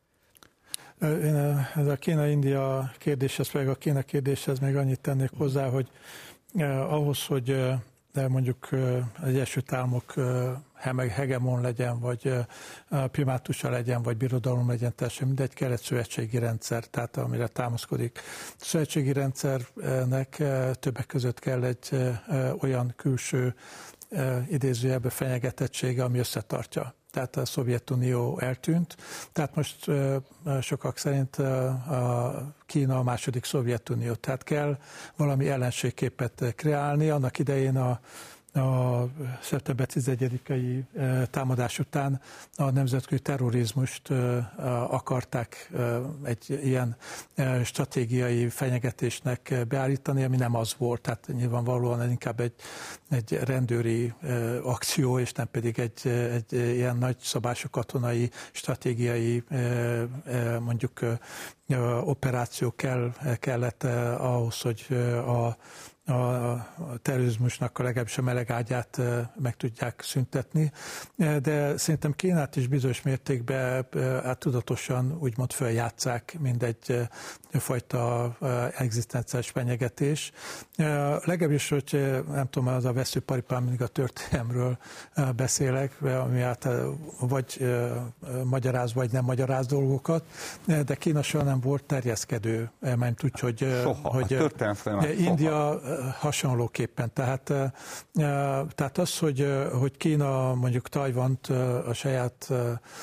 Én ez a Kína-India kérdéshez, meg a Kína kérdéshez még annyit tennék hozzá, hogy eh, ahhoz, hogy eh, mondjuk eh, az Egyesült Államok eh, hegemon legyen, vagy eh, primátusa legyen, vagy birodalom legyen, teljesen mindegy, kell egy szövetségi rendszer, tehát amire támaszkodik. A szövetségi rendszernek eh, többek között kell egy eh, olyan külső eh, idézőjelbe fenyegetettsége, ami összetartja. Tehát a Szovjetunió eltűnt, tehát most uh, sokak szerint uh, a Kína a második Szovjetunió, tehát kell valami ellenségképet kreálni. Annak idején a a szeptember tizenegyedikei támadás után a nemzetközi terrorizmust akarták egy ilyen stratégiai fenyegetésnek beállítani, ami nem az volt, tehát nyilvánvalóan inkább egy, egy rendőri akció, és nem pedig egy, egy ilyen nagyszabású katonai, stratégiai mondjuk operáció kell, kellett ahhoz, hogy a a terrorizmusnak a legalábbis a melegágyát meg tudják szüntetni, de szerintem Kínát is bizonyos mértékben hát tudatosan úgymond följátsszák, mint egy fajta egzisztenciális fenyegetés. Legalábbis, hogy nem tudom, az a veszőparipám, mindig a történelemről beszélek, ami hát vagy magyaráz, vagy nem magyaráz dolgokat, de Kína soha nem volt terjeszkedő, mert úgy, hogy, soha, hogy India hasonlóképpen. Tehát, tehát az, hogy, hogy Kína mondjuk Tajvant a saját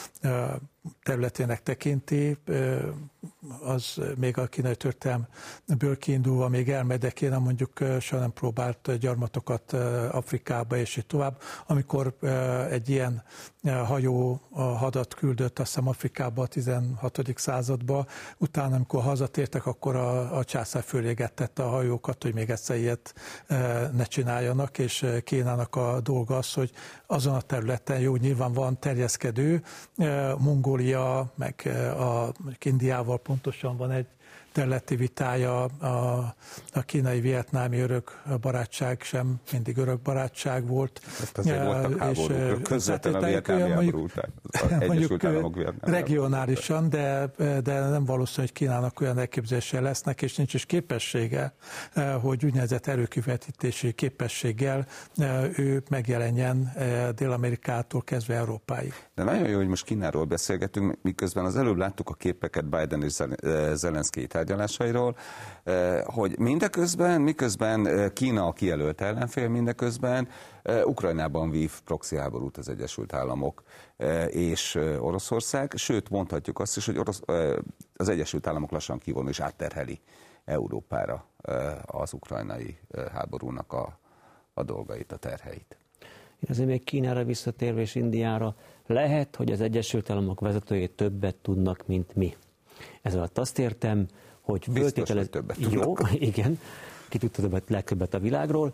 területének tekinti, az még a kínai történelmből kiindulva még elmegy, de Kína mondjuk soha nem próbált gyarmatokat Afrikába és így tovább. Amikor egy ilyen hajó hadat küldött, azt hiszem Afrikába a tizenhatodik századba, utána, amikor hazatértek, akkor a, a császár fölégettette a hajókat, hogy még egyszer ilyet ne csináljanak, és Kínának a dolga az, hogy azon a területen, jó, nyilván van terjeszkedő, Mongólia, meg a Indiával pontosan van egy területi vitája, a, a kínai-vietnámi örök barátság sem mindig örök barátság volt. Ezt azért voltak háborúk, közvetlenül a vietnámi háború után. Mondjuk regionálisan, de, de nem valószínű, hogy Kínának olyan elképzelése lesznek, és nincs is képessége, hogy úgynevezett erőkivetítési képességgel ő megjelenjen Dél-Amerikától kezdve Európáig. De nagyon jó, hogy most Kínáról beszélgetünk, miközben az előbb láttuk a képeket Biden és Zelenszky tárgyalásairól, hogy mindeközben, miközben Kína a kijelölt ellenfél, mindeközben Ukrajnában vív proxy háborút az Egyesült Államok és Oroszország, sőt mondhatjuk azt is, hogy Orosz, az Egyesült Államok lassan kivonul és átterheli Európára az ukrajnai háborúnak a, a dolgait, a terheit. Én azért még Kínára visszatérve és Indiára, lehet, hogy az Egyesült Államok vezetői többet tudnak, mint mi. Ez alatt azt értem, hogy föltételez... Jó, igen, ki tudta többet, legtöbbet a világról.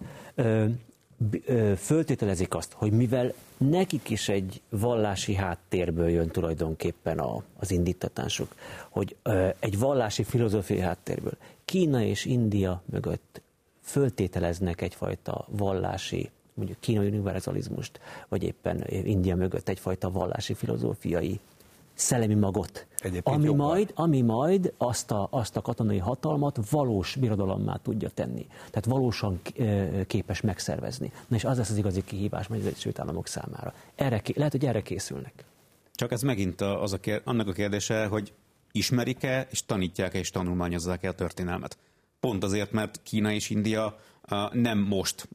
Föltételezik azt, hogy mivel nekik is egy vallási háttérből jön tulajdonképpen a, az indítatásuk, hogy egy vallási filozófiai háttérből Kína és India mögött föltételeznek egyfajta vallási, mondjuk kínai univerzalizmust, vagy éppen India mögött egyfajta vallási filozófiai szellemi magot, ami majd, ami majd azt a, azt a katonai hatalmat valós birodalommá tudja tenni. Tehát valósan képes megszervezni. Na és az lesz az igazi kihívás majd az Egyesült Államok számára. Erre, lehet, hogy erre készülnek. Csak ez megint az a kér, annak a kérdése, hogy ismerik-e, és tanítják-e, és tanulmányozzák-e a történelmet. Pont azért, mert Kína és India nem most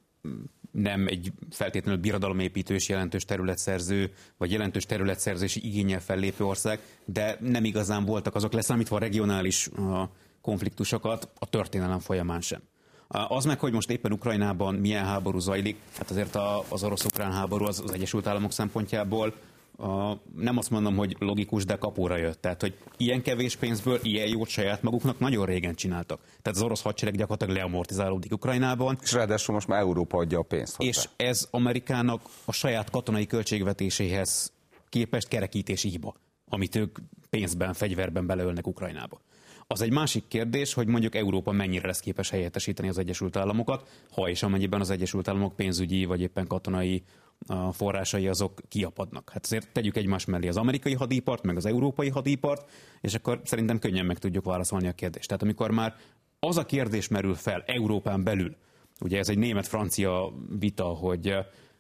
nem egy feltétlenül birodalomépítő és jelentős területszerző, vagy jelentős területszerzési igénnyel fellépő ország, de nem igazán voltak azok, leszámítva a regionális konfliktusokat a történelem folyamán sem. Az meg, hogy most éppen Ukrajnában milyen háború zajlik, hát azért az orosz-ukrán háború az, az Egyesült Államok szempontjából a, nem azt mondom, hogy logikus, de kapóra jött. Tehát, hogy ilyen kevés pénzből ilyen jót saját maguknak nagyon régen csináltak. Tehát az orosz hadsereg gyakorlatilag leamortizálódik Ukrajnában. És ráadásul most már Európa adja a pénzt hozzá. És ez Amerikának a saját katonai költségvetéséhez képest kerekítési hiba, amit ők pénzben, fegyverben beleölnek Ukrajnába. Az egy másik kérdés, hogy mondjuk Európa mennyire lesz képes helyettesíteni az Egyesült Államokat, ha és amennyiben az Egyesült Államok pénzügyi vagy éppen katonai a forrásai azok kiapadnak. Hát azért tegyük egymás mellé az amerikai hadipart, meg az európai hadipart, és akkor szerintem könnyen meg tudjuk válaszolni a kérdést. Tehát amikor már az a kérdés merül fel Európán belül, ugye ez egy német-francia vita, hogy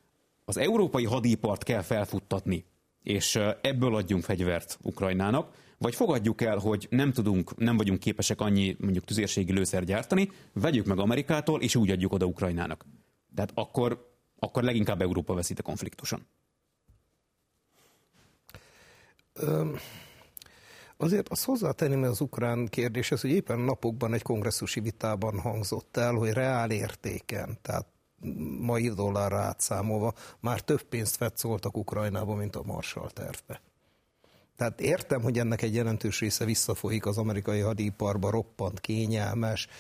az európai hadipart kell felfuttatni, és ebből adjunk fegyvert Ukrajnának, vagy fogadjuk el, hogy nem tudunk, nem vagyunk képesek annyi mondjuk tüzérségi lőszer gyártani, vegyük meg Amerikától, és úgy adjuk oda Ukrajnának. Tehát akkor akkor leginkább Európa veszít a konfliktuson. Azért azt hozzátenném az ukrán kérdéshez, hogy éppen napokban egy kongresszusi vitában hangzott el, hogy reál értéken, tehát mai dollárra átszámolva már több pénzt fetszoltak Ukrajnába, mint a Marshall tervbe. Tehát értem, hogy ennek egy jelentős része visszafolyik az amerikai hadiparba, roppant, kényelmes,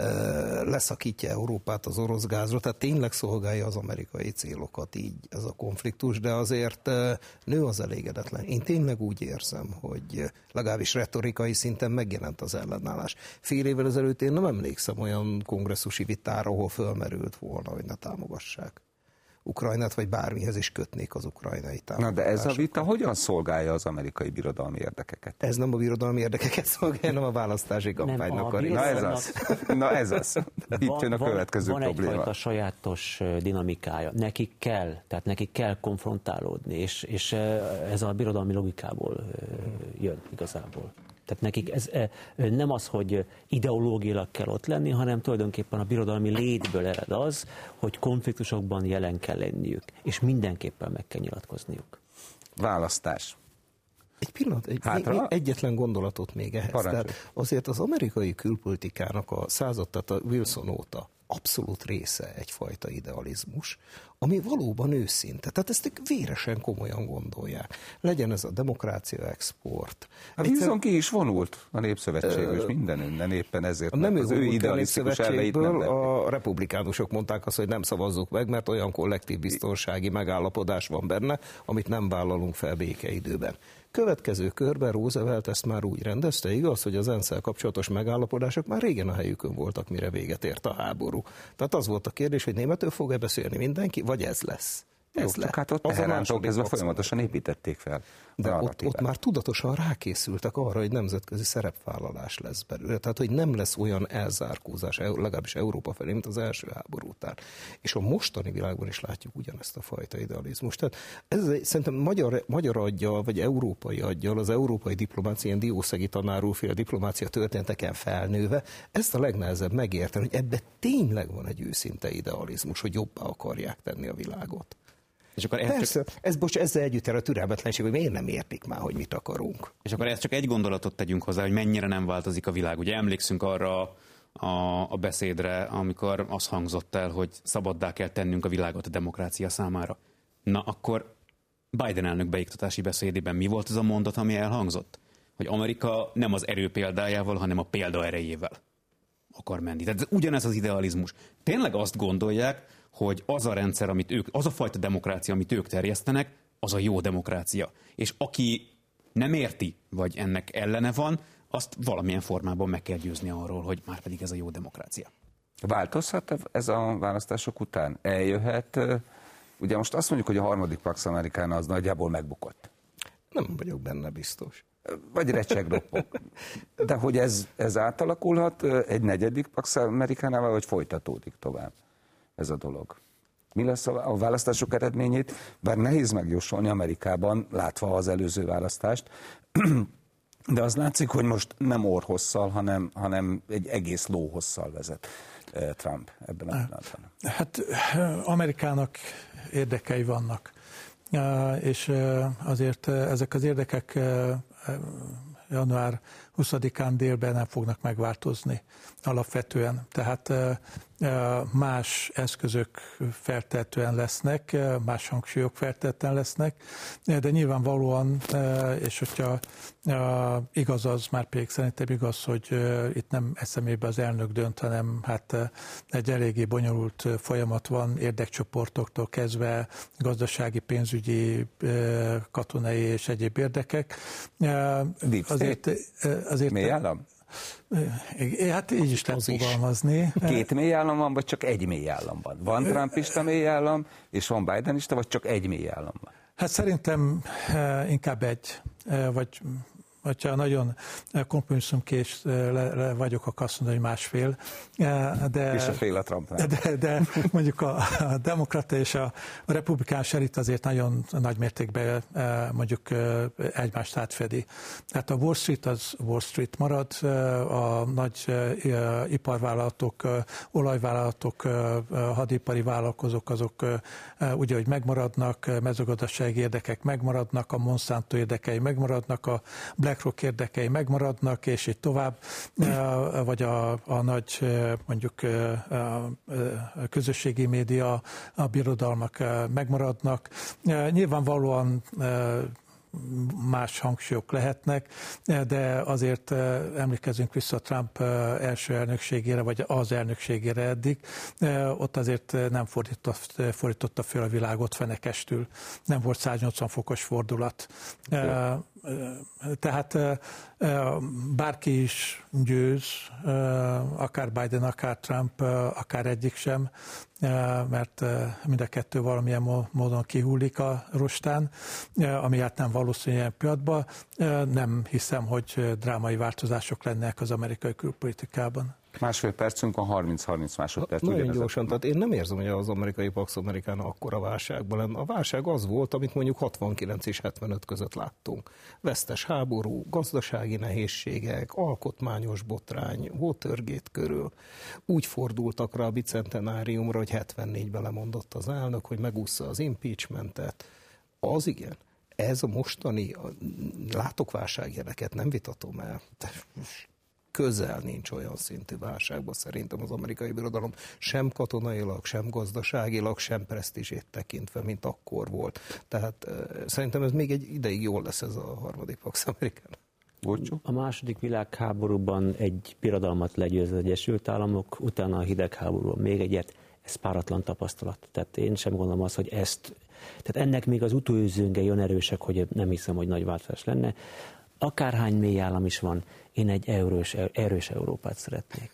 leszakítja Európát az orosz gázról, tehát tényleg szolgálja az amerikai célokat így ez a konfliktus, de azért nő az elégedetlen. Én tényleg úgy érzem, hogy legalábbis retorikai szinten megjelent az ellenállás. Fél évvel ezelőtt én nem emlékszem olyan kongresszusi vitára, ahol fölmerült volna, hogy ne támogassák Ukrajnát, vagy bármihez is kötnék az ukrajnai támogatásokat. Na de ez a vita hogyan szolgálja az amerikai birodalmi érdekeket? Ez nem a birodalmi érdekeket szolgálja, hanem a választási kampánynak a része. Na ez az. Na ez az. Itt van, jön a következő van, probléma. Van egyfajta sajátos dinamikája. Nekik kell, tehát nekik kell konfrontálódni, és, és ez a birodalmi logikából jön igazából. Tehát nekik ez nem az, hogy ideológiailag kell ott lenni, hanem tulajdonképpen a birodalmi létből ered az, hogy konfliktusokban jelen kell lenniük, és mindenképpen meg kell nyilatkozniuk. Választás. Egy pillanat, egy, még, egyetlen gondolatot még ehhez. Tehát azért az amerikai külpolitikának a század, tehát a Wilson óta abszolút része egyfajta idealizmus, ami valóban őszinte. Tehát ezt véresen komolyan gondolják. Legyen ez a demokrácia export. Hát Wilson ki is vonult a Népszövetségből, és mindenünnen éppen ezért, nem az ő idealisztikus elveit nem a republikánusok mondták azt, hogy nem szavazzuk meg, mert olyan kollektív biztonsági megállapodás van benne, amit nem vállalunk fel békeidőben. Következő körben Roosevelt ezt már úgy rendezte, igaz, hogy az ENSZ-szel kapcsolatos megállapodások már régen a helyükön voltak, mire véget ért a háború. Tehát az volt a kérdés, hogy németül fog-e beszélni mindenki, vagy ez lesz. Ez Jó, csak hát ott Teherántól kezdve folyamatosan építették fel. De ott, ott már tudatosan rákészültek arra, hogy nemzetközi szerepvállalás lesz belőle. Tehát, hogy nem lesz olyan elzárkózás, legalábbis Európa felé, mint az első háború után. És a mostani világban is látjuk ugyanezt a fajta idealizmust. Tehát ez szerintem magyar, magyar aggyal, vagy európai aggyal, az európai diplomácia, ilyen diószegi tanár úrféle diplomácia történeteken felnőve, ezt a legnehezebb megérteni, hogy ebbe tényleg van egy őszinte idealizmus, hogy jobbá akarják tenni a világot. És akkor Persze, csak... ez, bocs, ezzel együtt el a türelmetlenség, hogy miért nem értik már, hogy mit akarunk. És akkor ezt csak egy gondolatot tegyünk hozzá, hogy mennyire nem változik a világ. Ugye emlékszünk arra a, a beszédre, amikor az hangzott el, hogy szabaddá kell tennünk a világot a demokrácia számára. Na akkor Biden elnök beiktatási beszédében mi volt az a mondat, ami elhangzott? Hogy Amerika nem az erő példájával, hanem a példa erejével akar menni. Tehát ugyanez az idealizmus. Tényleg azt gondolják, hogy az a rendszer, amit ők, az a fajta demokrácia, amit ők terjesztenek, az a jó demokrácia. És aki nem érti, vagy ennek ellene van, azt valamilyen formában meg kell győzni arról, hogy már pedig ez a jó demokrácia. Változhat ez a választások után? Eljöhet, ugye most azt mondjuk, hogy a harmadik Pax Americana az nagyjából megbukott. Nem vagyok benne biztos. Vagy recseg roppog. De hogy ez, ez átalakulhat egy negyedik Pax Americanával, vagy folytatódik tovább ez a dolog? Mi lesz a, a választások eredményét? Bár nehéz megjósolni Amerikában, látva az előző választást, de az látszik, hogy most nem orrhosszal, hanem, hanem egy egész lóhosszal vezet Trump ebben a pillanatban. Hát Amerikának érdekei vannak, és azért ezek az érdekek január huszadikán délben nem fognak megváltozni alapvetően. Tehát más eszközök feltehetően lesznek, más hangsúlyok feltehetően lesznek, de nyilvánvalóan, és hogyha igaz az, már pedig szerintem igaz, hogy itt nem eszemében az elnök dönt, hanem hát egy eléggé bonyolult folyamat van, érdekcsoportoktól kezdve gazdasági, pénzügyi, katonai és egyéb érdekek. Azért, azért mély állam? Hát így is lehet fogalmazni. Két mély állam van, vagy csak egy mély állam van? Van trumpista mély állam, és van bidenista, vagy csak egy mély állam van? Hát szerintem inkább egy, vagy hogyha nagyon kompromisszumkés vagyok, akkor azt mondom, hogy másfél. De, és a fél a Trumpnál. De, de mondjuk a, a demokrata és a, a republikánus elit azért nagyon nagy mértékben mondjuk egymást átfedi. Tehát a Wall Street az Wall Street marad, a nagy iparvállalatok, olajvállalatok, hadipari vállalkozók azok ugye, hogy megmaradnak, mezőgazdasági érdekek megmaradnak, a Monsanto érdekei megmaradnak, a Black BlackRock érdekei megmaradnak, és így tovább, vagy a, a nagy mondjuk a közösségi média, a birodalmak megmaradnak. Nyilvánvalóan más hangsúlyok lehetnek, de azért emlékezzünk vissza Trump első elnökségére, vagy az elnökségére eddig, ott azért nem fordította, fordította föl a világot fenekestül, nem volt száznyolcvan fokos fordulat. Okay. Tehát bárki is győz, akár Biden, akár Trump, akár egyik sem, mert mind a kettő valamilyen módon kihullik a rostán, ami hát nem valószínű ilyen pillanatban. Nem hiszem, hogy drámai változások lennek az amerikai külpolitikában. Másfél percünk van, harminc-harminc másodperc. Nagyon gyorsan, tehát én nem érzem, hogy az amerikai Pax Americana akkora válságban lenne. A válság az volt, amit mondjuk hatvankilenc és hetvenöt között láttunk. Vesztes háború, gazdasági nehézségek, alkotmányos botrány, Watergate körül. Úgy fordultak rá a bicentenáriumra, hogy hetvennégyben lemondott az elnök, hogy megúszza az impeachmentet. Az igen. Ez a mostani, látok válságjeleket, nem vitatom el. Közel nincs olyan szintű válságban szerintem az amerikai birodalom, sem katonailag, sem gazdaságilag, sem presztízsét tekintve, mint akkor volt. Tehát szerintem ez még egy ideig jól lesz ez a harmadik Pax Americana. A második világháborúban egy birodalmat legyőz az Egyesült Államok, utána a hidegháborúban még egyet, ez páratlan tapasztalat. Tehát én sem gondolom azt, hogy ezt, tehát ennek még az utózőngei olyan erősek, hogy nem hiszem, hogy nagy változás lenne. Akárhány mély állam is van, én egy erős, erős Európát szeretnék.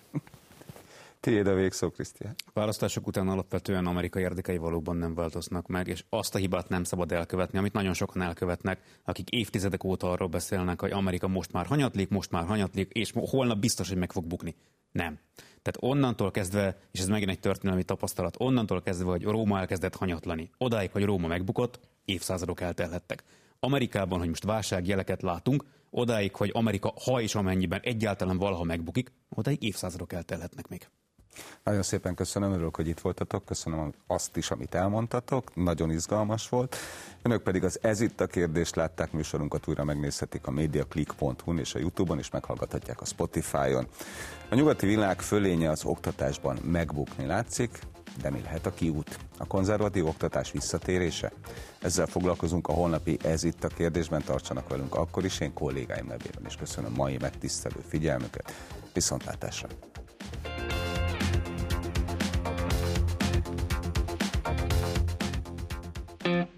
Tiéd a végszó, Krisztián. Választások után alapvetően amerikai érdekei valóban nem változnak meg, és azt a hibát nem szabad elkövetni, amit nagyon sokan elkövetnek, akik évtizedek óta arról beszélnek, hogy Amerika most már hanyatlik, most már hanyatlik, és holnap biztos, hogy meg fog bukni. Nem. Tehát onnantól kezdve, és ez megint egy történelmi tapasztalat, onnantól kezdve, hogy Róma elkezdett hanyatlani, odáig, hogy Róma megbukott, évszázadok eltelhettek. Amerikában, hogy most válságjeleket látunk, odáig, hogy Amerika, ha és amennyiben egyáltalán valaha megbukik, odáig évszázadok eltelhetnek még. Nagyon szépen köszönöm, örülök, hogy itt voltatok, köszönöm azt is, amit elmondtatok, nagyon izgalmas volt. Önök pedig az Ez itt a kérdés látták, műsorunkat újra megnézhetik a mediaclick pont hu-n és a YouTube-on, és meghallgathatják a Spotify-on. A nyugati világ fölénye az oktatásban megbukni látszik, de mi lehet a kiút? A konzervatív oktatás visszatérése? Ezzel foglalkozunk a holnapi Ez itt a kérdésben, tartsanak velünk akkor is, én kollégáim nevében is köszönöm mai megtisztelő figyelmüket. Viszontlátásra! Thank you.